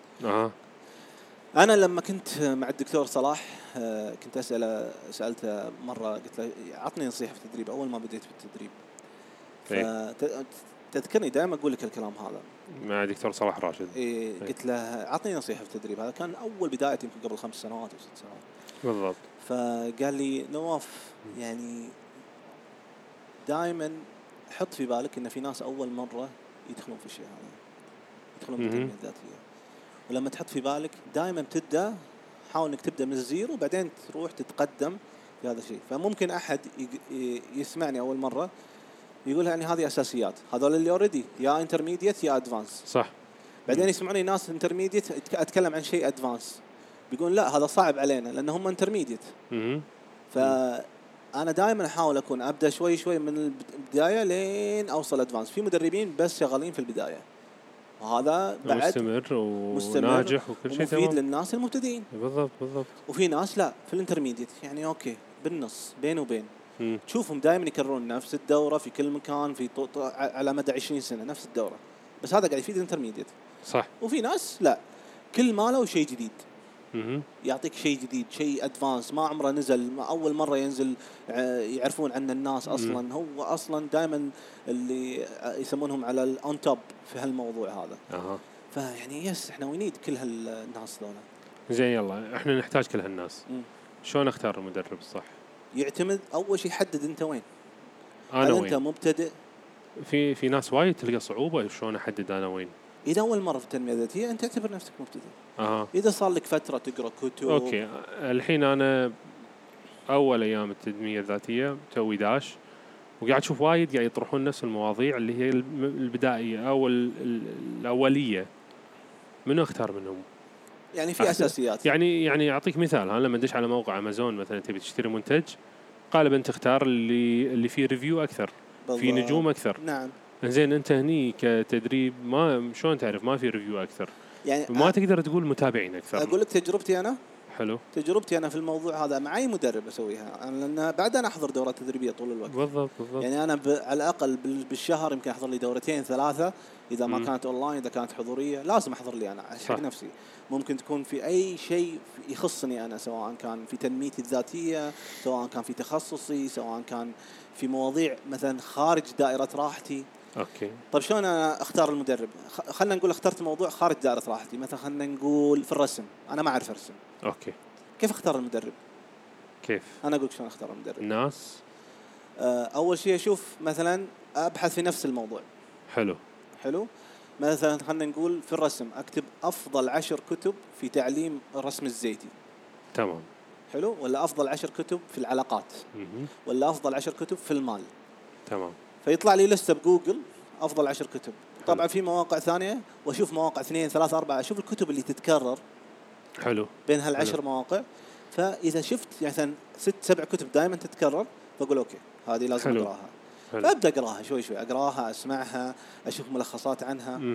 Speaker 2: انا لما كنت مع الدكتور صلاح كنت سالته مره، قلت له عطني نصيحه في التدريب اول ما بديت بالتدريب. فتذكرني دائما اقول لك الكلام هذا
Speaker 1: مع دكتور صلاح راشد.
Speaker 2: قلت له عطني نصيحه في التدريب. هذا كان اول بدايتي يمكن قبل 5 سنوات او 6 سنوات.
Speaker 1: بالضبط.
Speaker 2: فقال لي نواف يعني دائما حط في بالك ان في ناس اول مره يدخلون في الشيء هذا، يدخلون بالتنميه الذاتيه. ولما تحط في بالك دائما تبدا، حاول انك تبدا من الزيرو وبعدين تروح تتقدم في هذا الشيء. فممكن احد يسمعني اول مره يقول يعني هذه اساسيات، هذول اللي اوريدي يا انترميديت يا ادفانس. صح. بعدين يسمعوني ناس انترميديت اتكلم عن شيء ادفانس، بيقول لا هذا صعب علينا لان هم انترميديت. فانا دائما احاول اكون ابدا شوي شوي من البدايه لين اوصل ادفانس. في مدربين بس شغالين في البدايه، وهذا بعد
Speaker 1: مستمر وناجح وكل شيء
Speaker 2: مفيد للناس المبتدئين.
Speaker 1: بالضبط.
Speaker 2: وفي ناس لا في الانترميديت يعني اوكي بالنص بين وبين. تشوفهم دائما يكررون نفس الدوره في كل مكان في على مدى 20 سنه نفس الدوره، بس هذا قاعد يفيد الانترميديت. صح. وفي ناس لا كل ما له شيء جديد، يعطيك شيء جديد، شيء ادفانس ما عمره نزل، ما اول مره ينزل يعرفون عنه الناس اصلا. هو اصلا دائما اللي يسمونهم على الاون توب في هالموضوع هذا. فيعني يس احنا وينيد كل هالناس ذولا.
Speaker 1: زين يلا احنا نحتاج كل هالناس. شلون اختار المدرب الصح؟
Speaker 2: يعتمد اول شيء حدد انت وين.
Speaker 1: هل
Speaker 2: انت مبتدئ؟
Speaker 1: في ناس وايد تلقى صعوبه شلون احدد انا وين.
Speaker 2: اذا اول مره في التنميه الذاتيه انت تعتبر نفسك مبتدئ. اذا صار لك فتره تقرا كتب.
Speaker 1: اوكي الحين انا اول ايام التنميه الذاتيه توي داش، وقاعد اشوف وايد قاعد يطرحون نفس المواضيع اللي هي البدائيه او الاوليه. منو اختار منهم؟
Speaker 2: يعني في اساسيات.
Speaker 1: يعني اعطيك مثال، انا لما ادش على موقع امازون مثلا تبي تشتري منتج، غالبا تختار اللي فيه ريفيو اكثر، في نجوم اكثر.
Speaker 2: نعم.
Speaker 1: زين انت هني كتدريب ما شلون تعرف ما في ريفيو اكثر؟ يعني ما تقدر تقول متابعين اكثر.
Speaker 2: اقول لك تجربتي انا.
Speaker 1: حلو.
Speaker 2: تجربتي انا في الموضوع هذا مع اي مدرب اسويها، لان بعد انا احضر دورات تدريبيه طول الوقت.
Speaker 1: بالضبط.
Speaker 2: يعني انا على الاقل بالشهر يمكن احضر لي 2 3 اذا ما كانت اونلاين، اذا كانت حضوريه لازم احضر لي انا حق نفسي. ممكن تكون في اي شيء يخصني انا، سواء كان في تنميتي الذاتيه، سواء كان في تخصصي، سواء كان في مواضيع مثلا خارج دائره راحتي.
Speaker 1: اوكي.
Speaker 2: طيب شلون انا اختار المدرب؟ خلينا نقول اخترت موضوع خارج دائره راحتي، مثلا خلينا نقول في الرسم، انا ما اعرف ارسم.
Speaker 1: اوكي.
Speaker 2: كيف اختار المدرب؟
Speaker 1: كيف؟
Speaker 2: انا اقول شلون اختار المدرب.
Speaker 1: الناس
Speaker 2: اول شيء اشوف مثلا ابحث في نفس الموضوع. حلو. مثلا خلينا نقول في الرسم اكتب افضل 10 كتب في تعليم الرسم الزيتي.
Speaker 1: تمام.
Speaker 2: حلو. ولا افضل 10 كتب في العلاقات. ولا افضل 10 كتب في المال.
Speaker 1: تمام.
Speaker 2: فيطلع لي لسته بجوجل افضل 10 كتب. طبعا في مواقع ثانيه واشوف مواقع 2 3 4 اشوف الكتب اللي تتكرر.
Speaker 1: حلو.
Speaker 2: بين هال10 مواقع. فاذا شفت مثلا 6 7 كتب دائما تتكرر فاقول اوكي هذه لازم اقراها. فابدا اقراها شوي شوي، اقراها، اسمعها، اشوف ملخصات عنها.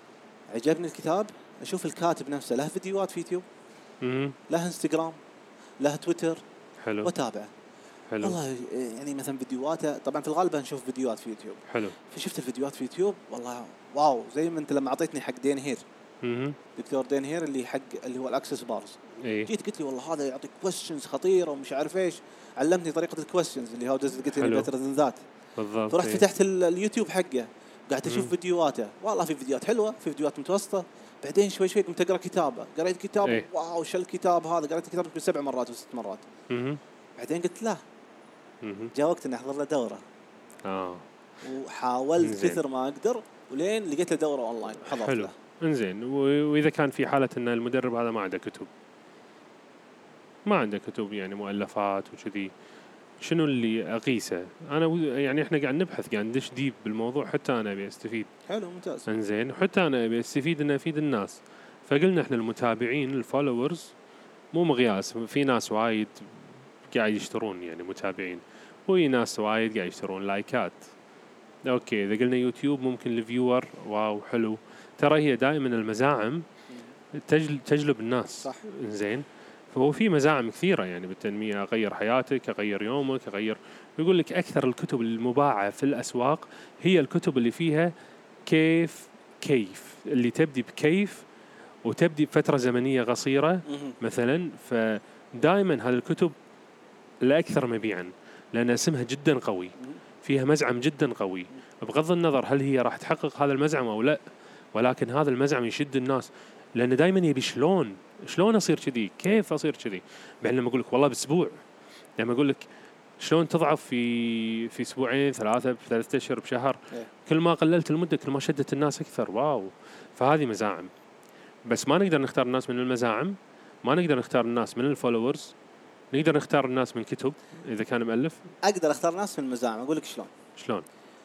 Speaker 2: عجبني الكتاب، اشوف الكاتب نفسه له فيديوهات في يوتيوب، له انستغرام، له تويتر.
Speaker 1: حلو.
Speaker 2: وتابعه.
Speaker 1: حلو.
Speaker 2: والله يعني مثلا فيديوهاته طبعا في الغالب نشوف فيديوهات في يوتيوب.
Speaker 1: حلو.
Speaker 2: فشفت الفيديوهات في يوتيوب والله واو، زي ما انت لما اعطيتني حق دين هير. دكتور دين هير اللي هو الاكسس بارز. جيت قلت لي والله هذا يعطيك كويستشنز خطيره ومش عارف ايش، علمتني طريقه الكويستشنز اللي هو قلت لي بيتر ذان ذات.
Speaker 1: بالضبط.
Speaker 2: فرحت فتحت اليوتيوب حقه، قاعد اشوف فيديوهاته، والله في فيديوهات حلوه، في فيديوهات متوسطه، بعدين شوي شوي قمت اقرا كتابه، قريت كتاب
Speaker 1: إيه.
Speaker 2: واو شو الكتاب هذا، قريت الكتاب يمكن 7 مرات و6 مرات. بعدين قلت لا، جاء وقت اني احضر له دوره. وحاولت
Speaker 1: إنزين.
Speaker 2: كثر ما اقدر، ولين لقيت له دوره اونلاين وحضرت له.
Speaker 1: انزين، واذا كان في حاله ان المدرب هذا ما عنده كتب، يعني مؤلفات وكذي، شنو اللي اقيسه؟ انا يعني احنا قاعد نبحث، قاعد ندش ديب بالموضوع، حتى انا ابي استفيد.
Speaker 2: حلو ممتاز.
Speaker 1: انزين، حتى انا ابي استفيد ان افيد الناس. فقلنا احنا المتابعين الفولورز مو مقياس. في ناس وايد قاعد يشترون يعني متابعين، وفي ناس وايد قاعد يشترون لايكات. اوكي، اذا قلنا يوتيوب ممكن الفيور واو حلو، ترى هي دائما المزاعم تجلب الناس.
Speaker 2: صح.
Speaker 1: زين، فهو في مزاعم كثيرة يعني بالتنمية، أغير حياتك، أغير يومك، أغير. يقول لك أكثر الكتب المباعة في الأسواق هي الكتب اللي فيها كيف اللي تبدي بكيف وتبدي بفترة زمنية قصيرة مثلا. فدائما هذه الكتب الأكثر مبيعا لأن اسمها جدا قوي، فيها مزعم جدا قوي، بغض النظر هل هي راح تحقق هذا المزعم أو لا، ولكن هذا المزعم يشد الناس، لأن دائما يبي شلون أصير كذي، كيف أصير كذي. بعدين لما أقول لك والله بأسبوع، لما أقول لك شلون تضعف في أسبوعين، 3 3 أشهر، بشهر، كل ما قللت المدة كل ما شدت الناس أكثر. واو. فهذه مزاعم، بس ما نقدر نختار الناس من المزاعم، ما نقدر نختار الناس من الفولورز، نقدر نختار الناس من كتب إذا كان مؤلف.
Speaker 2: أقدر أختار ناس من المزاعم. أقول لك شلون.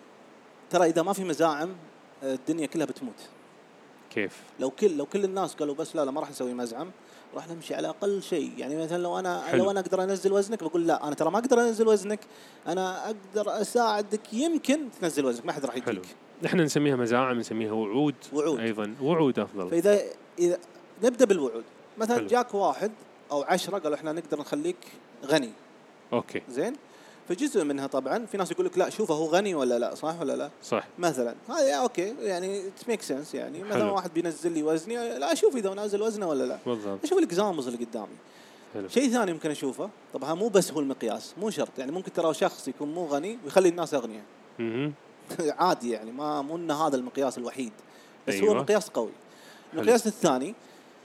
Speaker 2: ترى إذا ما في مزاعم الدنيا كلها بتموت.
Speaker 1: كيف؟
Speaker 2: لو كل الناس قالوا بس لا ما راح نسوي مزعم، راح نمشي على أقل شيء. يعني مثلا لو أنا أقدر أنزل وزنك، بقول لا أنا ترى ما أقدر أنزل وزنك، أنا أقدر أساعدك يمكن تنزل وزنك، ما حد راح يجيك.
Speaker 1: إحنا نسميها مزاعم، نسميها وعود أيضا. وعود أفضل.
Speaker 2: فإذا نبدأ بالوعود، مثلا جاك 1 أو 10 قالوا إحنا نقدر نخليك غني.
Speaker 1: أوكي.
Speaker 2: زين. فجزء منها طبعا في ناس يقول لك لا شوفه هو غني ولا لا، صح ولا لا؟
Speaker 1: صح.
Speaker 2: مثلا هذا اوكي يعني it makes sense. يعني مثلا واحد بينزل لي وزني، لا اشوف اذا نازل وزنه ولا لا.
Speaker 1: بالضبط.
Speaker 2: اشوف الاكزامبلز اللي قدامي. شيء ثاني ممكن اشوفه، طبعا مو بس هو المقياس، مو شرط يعني، ممكن ترى شخص يكون مو غني ويخلي الناس اغنياء. عادي يعني، مو ان هذا المقياس الوحيد، بس هو مقياس قوي. المقياس الثاني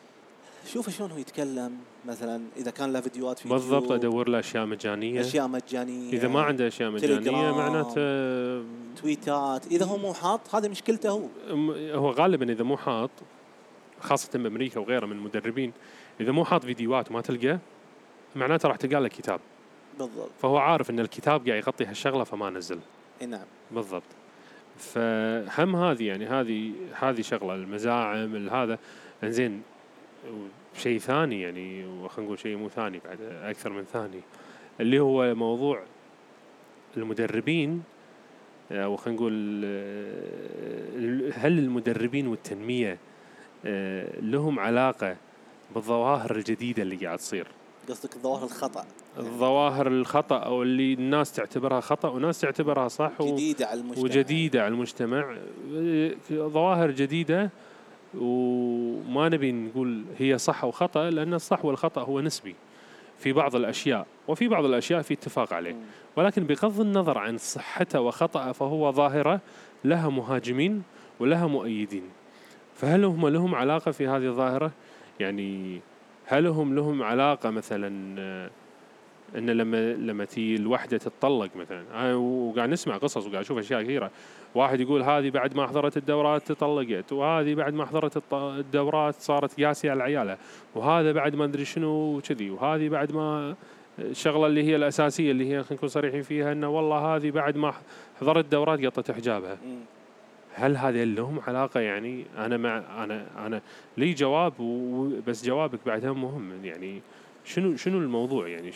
Speaker 2: شوف شلون هو يتكلم، مثلا اذا كان له فيديوهات في
Speaker 1: بالضبط، ادور له اشياء مجانيه. اذا ما عنده اشياء مجانيه معناته
Speaker 2: تويتات. اذا هو مو حاط، هذه مشكلته.
Speaker 1: هو غالبا اذا مو حاط، خاصه بامريكا وغيره من المدربين، اذا مو حاط فيديوهات وما تلقى، معناته راح تلقى له كتاب.
Speaker 2: بالضبط.
Speaker 1: فهو عارف ان الكتاب قاعد يغطي هالشغله فما نزل.
Speaker 2: نعم
Speaker 1: بالضبط. فهم هذه يعني هذه شغله المزاعم هذا. انزين، شيء ثاني يعني، وخلينا نقول شيء مو ثاني، بعد أكثر من ثاني، اللي هو موضوع المدربين. وخلينا نقول هل المدربين والتنمية لهم علاقة بالظواهر الجديدة اللي قاعد تصير؟
Speaker 2: قصدك الظواهر الخطأ؟
Speaker 1: الظواهر الخطأ، أو اللي الناس تعتبرها خطأ وناس تعتبرها صح، وجديدة على المجتمع، ظواهر جديدة. وما نبي نقول هي صح أو خطأ، لأن الصح والخطأ هو نسبي في بعض الأشياء، وفي بعض الأشياء في اتفاق عليه. ولكن بغض النظر عن صحته وخطأه، فهو ظاهرة لها مهاجمين ولها مؤيدين. فهل هم لهم علاقة في هذه الظاهرة؟ يعني هل هم لهم علاقة مثلا إن لما تي الوحدة تتطلق مثلا، وقاعد نسمع قصص وقاعد أشوف أشياء كثيرة، واحد يقول هذه بعد ما حضرت الدورات تطلقت، وهذه بعد ما حضرت الدورات صارت قاسية على عيالها، وهذا بعد ما أدري شنو كذي، وهذه بعد ما الشغلة اللي هي الأساسية اللي هي خلينا نكون صريحين فيها، إنه والله هذه بعد ما حضرت الدورات قطت حجابها. هل هذه لهم علاقة؟ يعني أنا لي جواب، بس جوابك بعدها مهم. يعني شنو الموضوع؟ يعني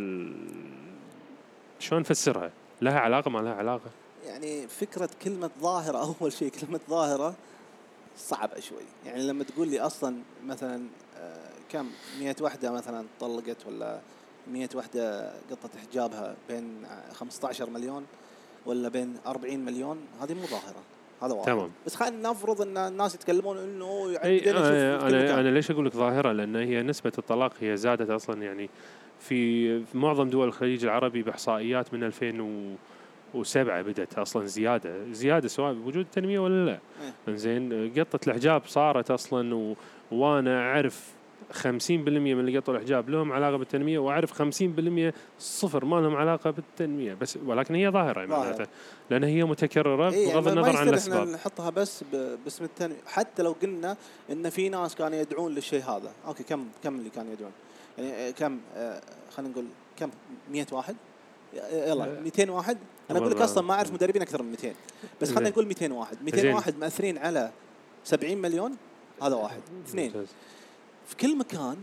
Speaker 1: شلون نفسرها؟ لها علاقة ما لها علاقة؟
Speaker 2: يعني فكرة كلمة ظاهرة، أول شيء كلمة ظاهرة صعبة شوي. يعني لما تقول لي أصلا مثلا كم 100 وحدة مثلا طلقت، ولا 100 وحدة قطت حجابها، بين 15 مليون ولا بين 40 مليون، هذه مو ظاهرة، هذا واضح. تمام. بس خلينا نفرض ان الناس يتكلمون انه يعني
Speaker 1: انا ليش اقول لك ظاهره؟ لان هي نسبه الطلاق هي زادت اصلا يعني في معظم دول الخليج العربي باحصائيات من 2000 و7 بدت اصلا زياده سواء بوجود التنميه ولا لا. انزين قطه الحجاب صارت اصلا وانا اعرف 50% من اللي قطوا الحجاب لهم علاقه بالتنميه، واعرف 50% صفر ما لهم علاقه بالتنميه، بس ولكن هي ظاهره معناتها لان هي متكرره بغض النظر عن الاسباب.
Speaker 2: احنا نحطها بس باسم التنميه، حتى لو قلنا ان في ناس كانوا يدعون للشيء هذا. اوكي كم اللي كانوا يدعون؟ يعني كم خلينا نقول كم 100 واحد، يلا 200 واحد. انا اقول لك اصلا ما اعرف مدربين اكثر من 200، بس خلينا نقول 200 واحد. 200 واحد مأثرين على 70 مليون. هذا واحد. اثنين في كل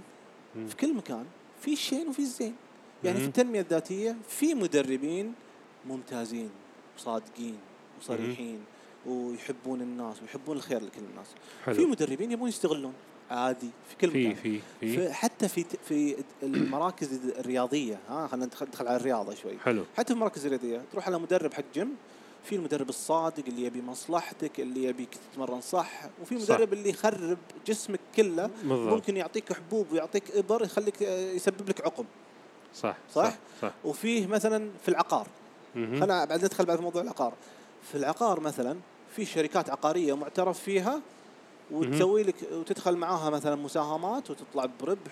Speaker 2: مكان في الشين وفي الزين. يعني في التنمية الذاتية في مدربين ممتازين وصادقين وصريحين ويحبون الناس ويحبون الخير لكل الناس. حلو. في مدربين يبون يستغلون عادي في كل مكان. في حتى في المراكز الرياضية. خلينا ندخل على الرياضة شوي.
Speaker 1: حلو.
Speaker 2: حتى في المراكز الرياضية تروح على مدرب حق جيم، في المدرب الصادق اللي يبي مصلحتك، اللي يبيك تتمرن صح، وفي مدرب صح. اللي يخرب جسمك كله. ممكن يعطيك حبوب ويعطيك إبر يخليك يسبب لك عقم. صح. وفيه مثلا في العقار، خلنا بعد ندخل بعد موضوع العقار. في العقار مثلا في شركات عقارية معترف فيها وتسوي لك وتدخل معاها مثلا مساهمات وتطلع بربح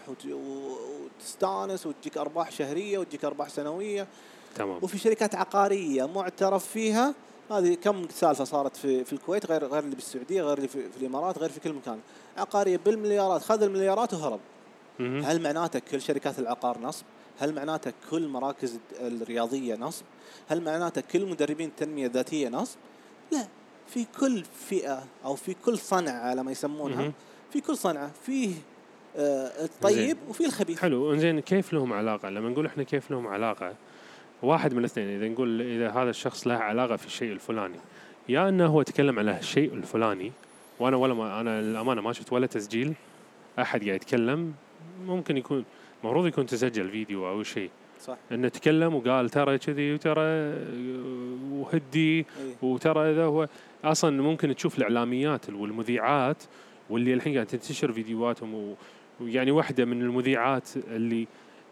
Speaker 2: وتستانس وتجيك أرباح شهرية وتجيك أرباح سنوية.
Speaker 1: تمام.
Speaker 2: وفي شركات عقارية معترف فيها، هذه كم سالفة صارت في الكويت، غير اللي بالسعودية، غير اللي في الإمارات، غير في كل مكان. عقارية بالمليارات، خذ المليارات وهرب. هل معناته كل شركات العقار نصب؟ هل معناته كل مراكز الرياضية نصب؟ هل معناته كل مدربين التنمية الذاتية نصب؟ لا. في كل فئة أو في كل صنعة على ما يسمونها، في كل صنعة فيه الطيب وفيه الخبيث.
Speaker 1: حلو. إنزين كيف لهم علاقة؟ لما نقول إحنا كيف لهم علاقة، واحد من الاثنين. إذا نقول إذا هذا الشخص له علاقة في الشيء الفلاني، يا أنه هو يتكلم على الشيء الفلاني أنا الأمانة ما شفت ولا تسجيل أحد قاعد يتكلم. ممكن يكون مفروض يكون تسجل فيديو أو شيء
Speaker 2: صح،
Speaker 1: إنه تكلم وقال ترى كذي وترى وهدي وترى إذا هو أصلا ممكن تشوف الإعلاميات والمذيعات واللي الحين قاعد تنتشر فيديوهاتهم ويعني واحدة من المذيعات اللي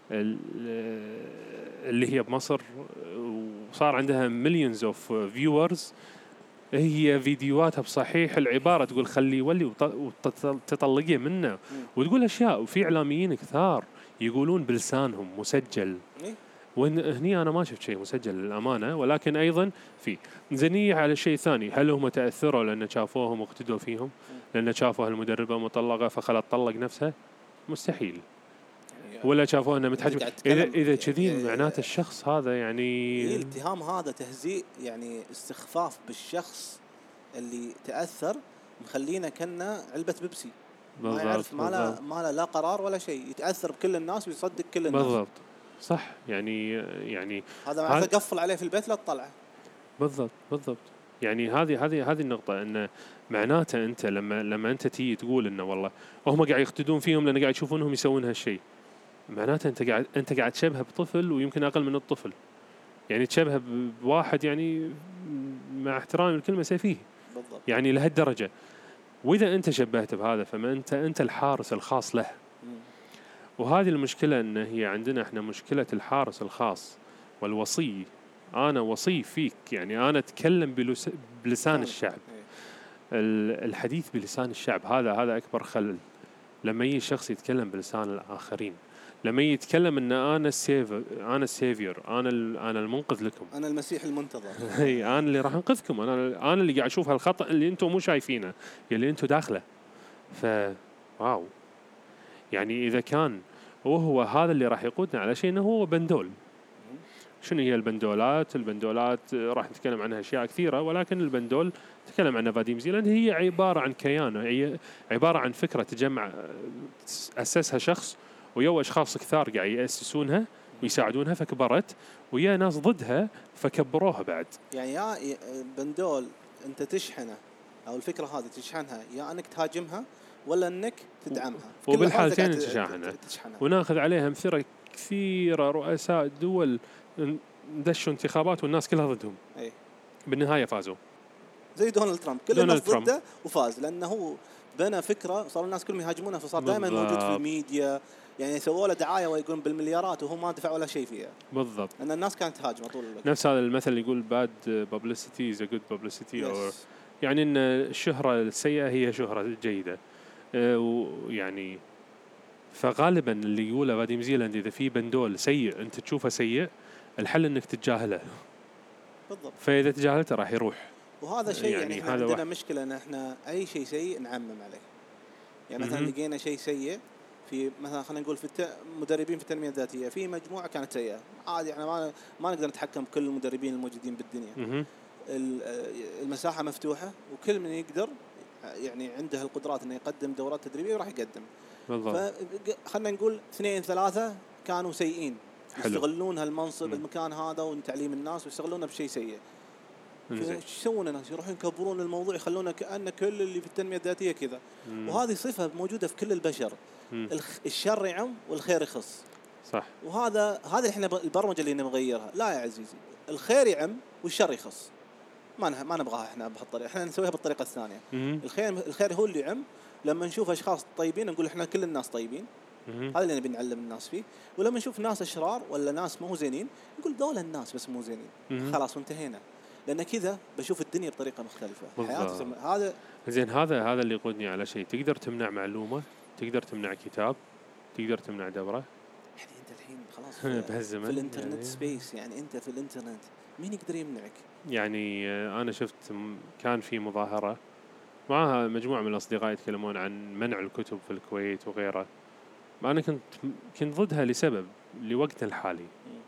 Speaker 1: هي بمصر وصار عندها millions of viewers، هي فيديوهاتها بصحيح العبارة تقول خلي يولي وتطلقيه منه وتقول أشياء. وفي إعلاميين كثار يقولون بلسانهم مسجل، وهني أنا ما شفت شيء مسجل للأمانة. ولكن أيضا في زنية على شيء ثاني، هل هم تأثروا لأن شافوهم واقتدوا فيهم، لأن شافوا المدربة مطلقة فخلت تطلق نفسها؟ مستحيل. ولا شافوه انه متحجب. اذا كذي معناته الشخص هذا يعني
Speaker 2: الاتهام هذا تهزيء، يعني استخفاف بالشخص اللي تاثر، مخلينا كنا علبه بيبسي ما يعرف ما لا قرار ولا شيء، يتاثر بكل الناس ويصدق كل الناس.
Speaker 1: بالضبط صح. يعني
Speaker 2: هذا معناته قفل عليه في البيت لا تطلعه.
Speaker 1: بالضبط. يعني هذه النقطة، إن معناته أنت لما أنت تيجي تقول إنه والله هم قاعد يقتدون فيهم لأن قاعد يشوفونهم يسوون هالشيء، معناته أنت قاعد تشبه بطفل ويمكن أقل من الطفل، يعني تشبه بواحد يعني مع احترامي الكلمة سفيه يعني لهالدرجة. وإذا أنت شبهت بهذا فما أنت الحارس الخاص له. وهذه المشكلة، إن هي عندنا إحنا مشكلة الحارس الخاص والوصي. أنا وصي فيك، يعني أنا أتكلم بلسان الشعب. الحديث بلسان الشعب هذا أكبر خلل. لما يجي شخص يتكلم بلسان الآخرين، لما يتكلم إن أنا السيفير، أنا المنقذ لكم،
Speaker 2: أنا المسيح المنتظر،
Speaker 1: هي أنا اللي راح أنقذكم، أنا اللي قاعد أشوف هالخطأ اللي أنتم مو شايفينه، اللي أنتم داخله. واو، يعني إذا كان وهو هذا اللي راح يقودنا على شيء، إنه هو بندول. شنو هي البندولات راح نتكلم عنها أشياء كثيرة، ولكن البندول تكلم عنها فاديم زيلاند، هي عبارة عن كيان، هي عبارة عن فكرة تجمع أسسها شخص ويا أشخاص كثار قاعد يأسسونها ويساعدونها، فكبرت، ويا ناس ضدها فكبروها بعد.
Speaker 2: يعني يا بندول أنت تشحنه، أو الفكرة هذه تشحنها، يا أنك تهاجمها ولا أنك تدعمها،
Speaker 1: وبالحالتين تشحنها. وناخذ عليها أمثلة كثيرة، رؤساء دول دشوا انتخابات والناس كلها ضدهم، بالنهاية فازوا.
Speaker 2: زي دونالد ترامب، كل الناس ضده وفاز، لأنه بنى فكرة صار الناس كلهم يهاجمونه، فصار دائما موجود في الميديا، يعني سووا له دعايه ويقولون بالمليارات وهو ما دفع ولا شيء فيها.
Speaker 1: بالضبط.
Speaker 2: لان الناس كانت تهاجمه طول الوقت.
Speaker 1: نفس هذا المثل اللي يقول bad publicity is a good publicity
Speaker 2: Yes.
Speaker 1: يعني ان الشهرة السيئة هي شهرة جيدة. ويعني فغالبا اللي يقوله فاديم زيلاند اذا في بندول سيء انت تشوفه سيء، الحل انك تتجاهله.
Speaker 2: بالضبط.
Speaker 1: فاذا تجاهلته راح يروح.
Speaker 2: وهذا شيء يعني احنا
Speaker 1: هذا
Speaker 2: عندنا مشكله ان احنا اي شيء سيء نعمم عليه. يعني مثلا لقينا شيء سيء في مثلا خلينا نقول في مدربين في التنميه الذاتيه في مجموعه كانت سيئه عادي، احنا ما نقدر نتحكم بكل المدربين الموجودين بالدنيا. المساحه مفتوحه وكل من يقدر يعني عنده القدرات انه يقدم دورات تدريبيه وراح يقدم. فخلنا نقول 2 3 كانوا سيئين يستغلون هالمنصب المكان هذا وتعليم الناس ويستغلونه بشيء سيء. ايش يسوون الناس؟ يروحون يكبرون الموضوع يخلونه كأن كل اللي في التنمية الذاتية كذا. وهذه صفة موجودة في كل البشر. الشر يعم والخير يخص.
Speaker 1: صح.
Speaker 2: وهذا احنا البرمجة اللي نغيرها. لا يا عزيزي، الخير يعم والشر يخص. ما نبغاها احنا بهالطريقة، احنا نسويها بالطريقة الثانية. الخير هو اللي يعم. لما نشوف اشخاص طيبين نقول احنا كل الناس طيبين. هذا اللي نبي نعلم الناس فيه. ولما نشوف ناس اشرار ولا ناس مو زينين نقول دول الناس بس مو زينين. خلاص وانتهينا. لأن كذا بشوف الدنيا بطريقة مختلفة. هذا
Speaker 1: زين. هذا اللي يقودني على شيء. تقدر تمنع معلومة، تقدر تمنع كتاب، تقدر تمنع دورة.
Speaker 2: يعني أنت الحين خلاص
Speaker 1: بهالزمن
Speaker 2: في الإنترنت يعني سبيس، يعني أنت في الإنترنت مين يقدر يمنعك؟
Speaker 1: يعني أنا شفت كان في مظاهرة معها مجموعة من الأصدقاء يتكلمون عن منع الكتب في الكويت وغيره. أنا كنت ضدها لسبب لوقتنا الحالي.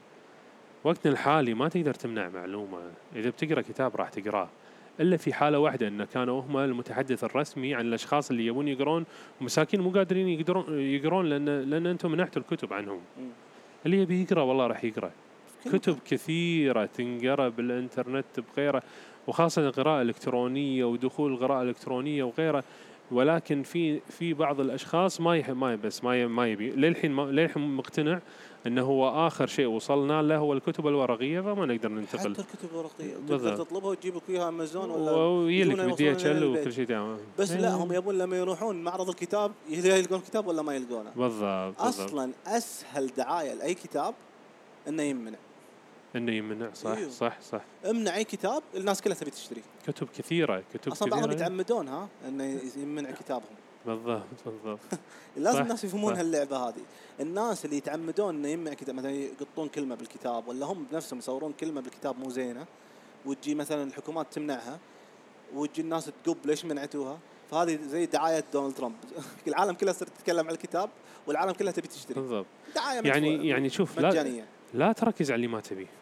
Speaker 1: وقتنا الحالي ما تقدر تمنع معلومة. إذا بتقرأ كتاب راح تقراه، إلا في حالة واحدة إن كانوا هم المتحدث الرسمي عن الأشخاص اللي يبون يقرون ومساكين مو قادرين يقرون لأن أنتم منعتوا الكتب عنهم. اللي يبي يقرأ والله راح يقرأ. كتب كثيرة تنقرأ بالإنترنت بغيره، وخاصة القراءة الإلكترونية ودخول القراءة الإلكترونية وغيره. ولكن في بعض الأشخاص ما يبي للحين مقتنع أنه هو آخر شيء وصلنا له هو الكتب الورقية، فما نقدر ننتقل.
Speaker 2: حتى الكتب الورقية تقدر تطلبها وتجيب لك إياها أمازون
Speaker 1: ويجيلك بالDHL وكل شيء تمام.
Speaker 2: بس لا، هم يبون لما يروحون معرض الكتاب يلقون كتاب ولا ما يلقونه.
Speaker 1: بالضبط.
Speaker 2: أصلا أسهل دعاية لأي كتاب إنه يمنع.
Speaker 1: صح.
Speaker 2: إيوه.
Speaker 1: صح.
Speaker 2: امنع أي كتاب الناس كلها تبي تشتري.
Speaker 1: كتب كثيرة.
Speaker 2: أصلا بعضهم يتعمدون إنه يمنع كتابهم.
Speaker 1: بالضبط.
Speaker 2: لازم الناس يفهمون هاللعبة هذه. الناس اللي يتعمدون إنه يمنع كتاب، مثلا يقطون كلمة بالكتاب ولا هم بنفسهم يصورون كلمة بالكتاب مو زينة، وتجي مثلا الحكومات تمنعها وتجي الناس تقب ليش منعتوها. فهذه زي دعاية دونالد ترامب. العالم كله صار تتكلم عن الكتاب والعالم كلها تبي تشتري.
Speaker 1: بالضبط.
Speaker 2: دعاية
Speaker 1: يعني شوف، لا تركز على اللي ما تبيه.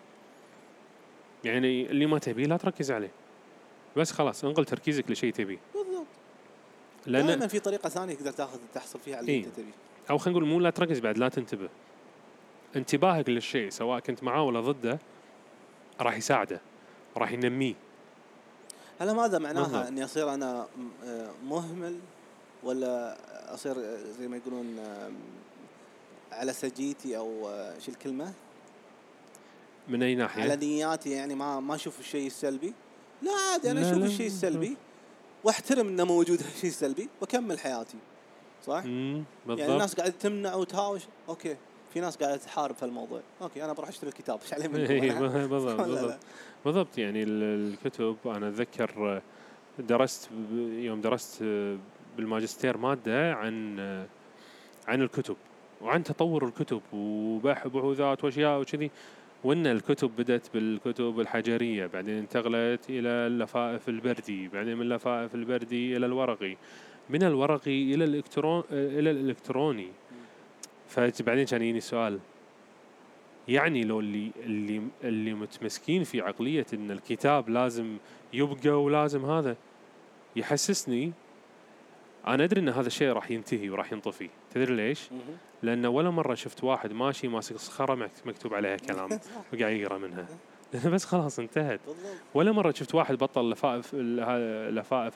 Speaker 1: يعني اللي ما تبيه لا تركز عليه، بس خلاص انقل تركيزك لشيء تبيه.
Speaker 2: بالضبط.
Speaker 1: لأن
Speaker 2: دائما في طريقة ثانية تقدر تحصل فيها على اللي انت تبيه.
Speaker 1: أو خلينا نقول مو لا تركز، بعد لا تنتبه. انتباهك للشيء سواء كنت معاه ولا ضده راح يساعده، راح ينميه.
Speaker 2: هل ماذا معناها اني اصير انا مهمل، ولا اصير زي ما يقولون على سجيتي، او شو الكلمة،
Speaker 1: من اي ناحية؟
Speaker 2: على نياتي، يعني ما اشوف الشيء السلبي. لا عادي، انا اشوف الشيء السلبي واحترم انه موجود الشيء السلبي واكمل حياتي. صح. يعني الناس قاعده تمنع وتهاوش، اوكي. في ناس قاعده تحارب في الموضوع، اوكي انا بروح اشتري الكتاب ايش عليه منكم.
Speaker 1: بالضبط. يعني الكتب انا اتذكر يوم درست بالماجستير مادة عن الكتب وعن تطور الكتب وبحوثات واشياء وكذي. وإن الكتب بدأت بالكتب الحجرية، بعدين انتقلت إلى اللفائف البردي، بعدين من اللفائف البردي إلى الورقي، من الورقي إلى الإلكتروني. فبعدين كان يجيني سؤال، يعني لو اللي متمسكين في عقلية إن الكتاب لازم يبقى ولازم هذا، يحسسني أنا أدري إن هذا الشيء راح ينتهي وراح ينطفي. تدري ليش؟ لأن ولا مرة شفت واحد ماشي ماسك صخرة مكتوب عليها كلام وقاعد يقرأ منها. بس خلاص انتهت. ولا مرة شفت واحد بطل لفائف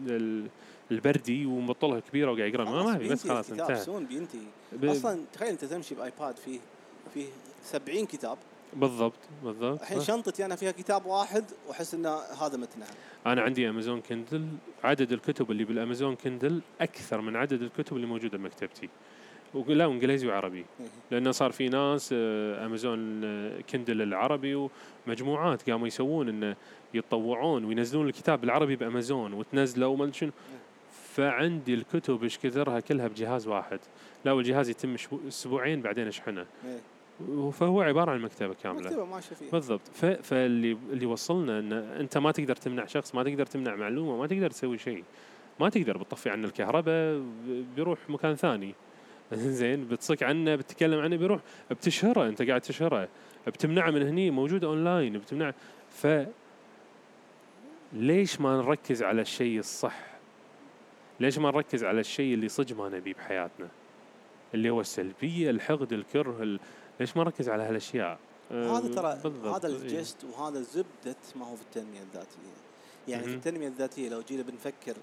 Speaker 1: البردي ومبطلها كبيرة وقاعد يقرأ ما في، بس خلاص انتهت.
Speaker 2: بينتهي. أصلا تخيل أنت تمشي بآيباد فيه 70 كتاب.
Speaker 1: بالضبط.
Speaker 2: الحين شنطتي أنا فيها كتاب واحد وأحس إن هذا متنها.
Speaker 1: أنا عندي أمازون كندل، عدد الكتب اللي بالأمازون كندل أكثر من عدد الكتب اللي موجودة بمكتبتي. ولا انجليزي وعربي،
Speaker 2: إيه.
Speaker 1: لانه صار في ناس امازون كندل العربي ومجموعات قاموا يسوون انه يتطوعون وينزلون الكتاب بالعربي بامازون وتنزله وما ادري شنو. فعندي الكتب ايش كثرها كلها بجهاز واحد، لا والجهاز يتم اسبوعين بعدين اشحنه. فهو عباره عن مكتبه كامله.
Speaker 2: مكتبه ماشيه فيها
Speaker 1: بالضبط. فاللي وصلنا ان انت ما تقدر تمنع شخص، ما تقدر تمنع معلومه، ما تقدر تسوي شيء، ما تقدر بتطفي عنه الكهرباء بيروح مكان ثاني. زين بتصك عنه بتتكلم عنه بيروح، بتشهره انت قاعد تشهره، بتمنعه من هني موجود اونلاين بتمنعه. ليش ما نركز على الشيء الصح؟ ليش ما نركز على الشيء اللي صدق ما نبيه بحياتنا، اللي هو السلبيه الحقد الكره ليش ما نركز على هالاشياء؟
Speaker 2: هذا ترى هذا الجست وهذا زبدة ما هو في التنمية الذاتية. يعني في التنمية الذاتية لو جينا بنفكر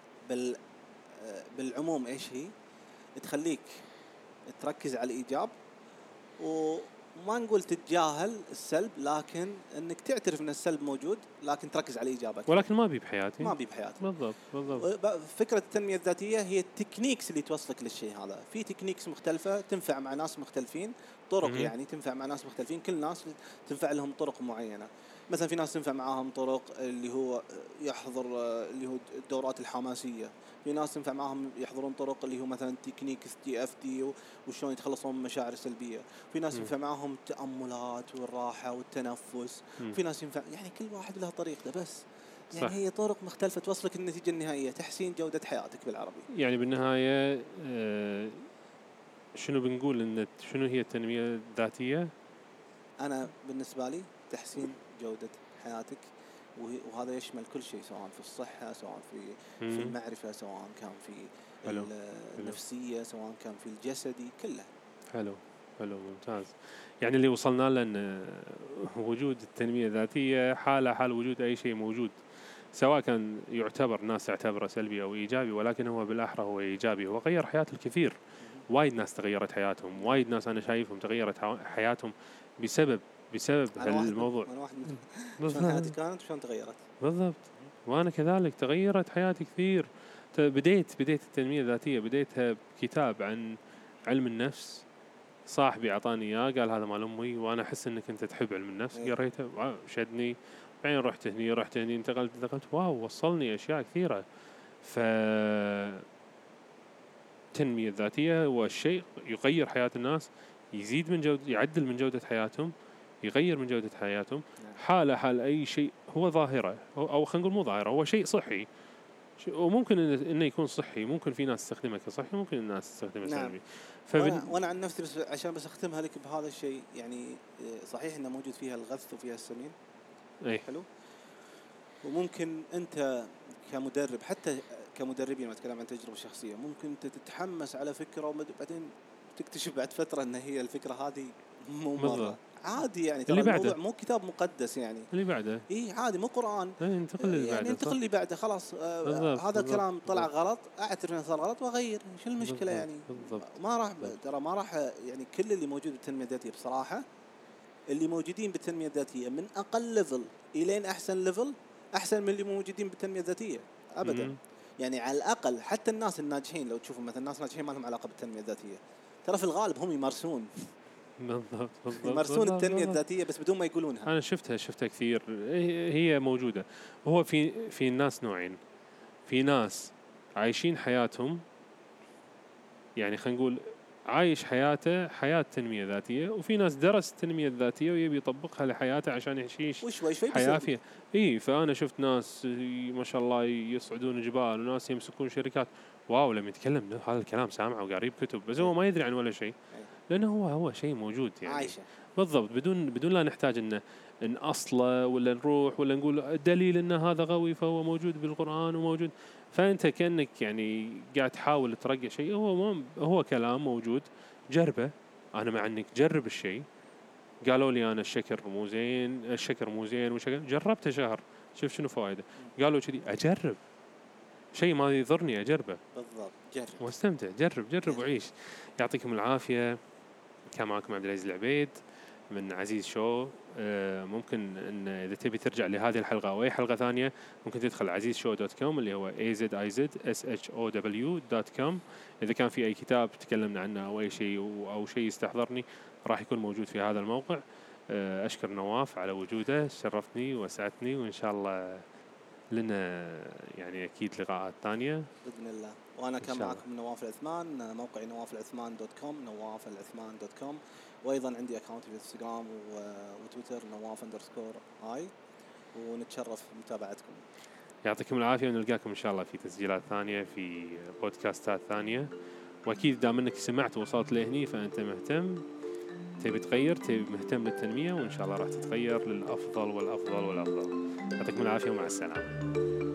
Speaker 2: بالعموم ايش هي، تخليك تركز على الإيجاب، وما نقول تتجاهل السلب، لكن انك تعترف ان السلب موجود لكن تركز على ايجابك.
Speaker 1: ولكن ما بي بحياتي،
Speaker 2: ما بي بحياتي.
Speaker 1: بالضبط.
Speaker 2: فكرة التنمية الذاتية هي التكنيكس اللي توصلك للشيء هذا. في تكنيكس مختلفة تنفع مع ناس مختلفين، طرق يعني تنفع مع ناس مختلفين، كل ناس تنفع لهم طرق معينة. مثلا في ناس تنفع معاهم طرق اللي هو يحضر اللي هو الدورات الحماسية، في ناس تنفع معاهم يحضرون طرق اللي هو مثلا تكنيك TFT وشلون يتخلصون من مشاعر سلبية. في ناس ينفع معاهم التأملات والراحة والتنفس. في ناس ينفع، يعني كل واحد له طريقته، بس يعني صح. هي طرق مختلفة توصلك النتيجة النهائية، تحسين جودة حياتك بالعربي.
Speaker 1: يعني بالنهاية شنو بنقول إن شنو هي التنمية الذاتية؟
Speaker 2: أنا بالنسبة لي تحسين جودة حياتك، وهذا يشمل كل شيء، سواء في الصحة، سواء في المعرفة، سواء كان في النفسية، سواء كان في الجسدي، كله.
Speaker 1: حلو ممتاز. يعني اللي وصلنا له أن وجود التنمية الذاتية حال وجود أي شيء موجود، سواء كان يعتبر ناس تعتبره سلبي أو إيجابي، ولكن هو بالأحرى هو إيجابي. هو غير حياة الكثير، وايد ناس تغيرت حياتهم، وايد ناس أنا شايفهم تغيرت حياتهم بسبب هالموضوع.
Speaker 2: أنا واحد شلون حياتي كانت وشلون تغيرت.
Speaker 1: بالضبط. وأنا كذلك تغيرت حياتي كثير. بديت التنمية الذاتية بديتها بكتاب عن علم النفس، صاحبي أعطاني إياه قال هذا مال أمي وأنا أحس إنك أنت تحب علم النفس. قريته شدني، بعدين رحت هني انتقلت واو وصلني أشياء كثيرة. التنمية الذاتية هو الشيء يغير حياة الناس، يزيد من جودة، يعدل من جودة حياتهم، يغير من جودة حياتهم. حال أي شيء هو ظاهرة، أو خلينا نقول مو ظاهرة، هو شيء صحي، وممكن إنه يكون صحي، ممكن في ناس تستخدمه كصحي، ممكن الناس تستخدمه سلبي.
Speaker 2: وأنا عن نفسي بس عشان أختمها لك بهذا الشيء، يعني صحيح إنه موجود فيها الغث وفيها السمين. حلو. وممكن أنت كمدرب، حتى كمدربين ما أتكلم عن تجربة شخصية، ممكن أنت تتحمس على فكرة وبعدين تكتشف بعد فترة أن هي الفكرة هذه مو مرة عادي. يعني ترى الموضوع مو كتاب مقدس، يعني
Speaker 1: اللي بعده
Speaker 2: عادي، مو قرآن.
Speaker 1: انتقل
Speaker 2: اللي بعده خلاص. هذا الكلام طلع غلط، أعترف إنه صار غلط وأغير، شو المشكلة؟ يعني ما راح يعني كل اللي موجود بالتنمية الذاتية بصراحة، اللي موجودين بالتنمية الذاتية من أقل ليفل إلين أحسن ليفل أحسن من اللي موجودين بالتنمية الذاتية أبدا. يعني على الأقل حتى الناس الناجحين، لو تشوفوا مثلا الناس الناجحين ما لهم علاقة بالتنمية الذاتية، ترى في الغالب هم يمارسون يمارسون التنمية الذاتية بس بدون ما يقولونها.
Speaker 1: أنا شفتها كثير، هي موجودة. وهو في الناس نوعين، في ناس عايشين حياتهم، يعني خلينا نقول عايش حياته حياة تنمية ذاتية، وفي ناس درس التنمية الذاتية ويبي يطبقها لحياته عشان يعيش حياة فيها. فأنا شفت ناس ما شاء الله يصعدون جبال، وناس يمسكون شركات، واو لما يتكلم هذا الكلام سامعه وقاري بكتب، بس هو ما يدري عن ولا شيء، لأنه هو شيء موجود يعني
Speaker 2: عايشة.
Speaker 1: بالضبط، بدون لا نحتاج إن أصله ولا نروح ولا نقول دليل إن هذا قوي فهو موجود بالقرآن وموجود. فأنت كأنك يعني قاعد تحاول ترجع شيء هو كلام موجود، جربه. أنا مع إنك جرب الشيء. قالوا لي أنا الشكر مو زين جربته شهر، شوف شنو فائدة. قالوا كذي أجرب شيء ما يضرني أجربه.
Speaker 2: بالضبط، جرب
Speaker 1: واستمتع. جرب وعيش. يعطيكم العافية. كان معكم عبد العزيز العبيد. من عزيز شو. ممكن ان اذا تبي ترجع لهذه الحلقه او اي حلقه ثانيه ممكن تدخل azizshow.com اللي هو azizshow.com. اذا كان في اي كتاب تكلمنا عنه او اي شيء او شيء يستحضرني راح يكون موجود في هذا الموقع. اشكر نواف على وجوده، شرفتني وسعدتني، وان شاء الله لنا يعني اكيد لقاءات ثانيه
Speaker 2: باذن الله. وانا كان معكم نواف العثمان، موقعي نوافالعثمان.com، نوافالعثمان.com. وايضا عندي اكونت في انستغرام وتويتر نواف_i، ونتشرف بمتابعتكم.
Speaker 1: يعطيكم العافيه، ونلقاكم ان شاء الله في تسجيلات ثانيه في بودكاستات ثانيه. واكيد دام انك سمعت ووصلت لهني فانت مهتم، تبي تغير، تبي مهتم للتنميه، وان شاء الله راح تتغير للافضل والافضل والافضل. يعطيكم العافيه ومع السلامه.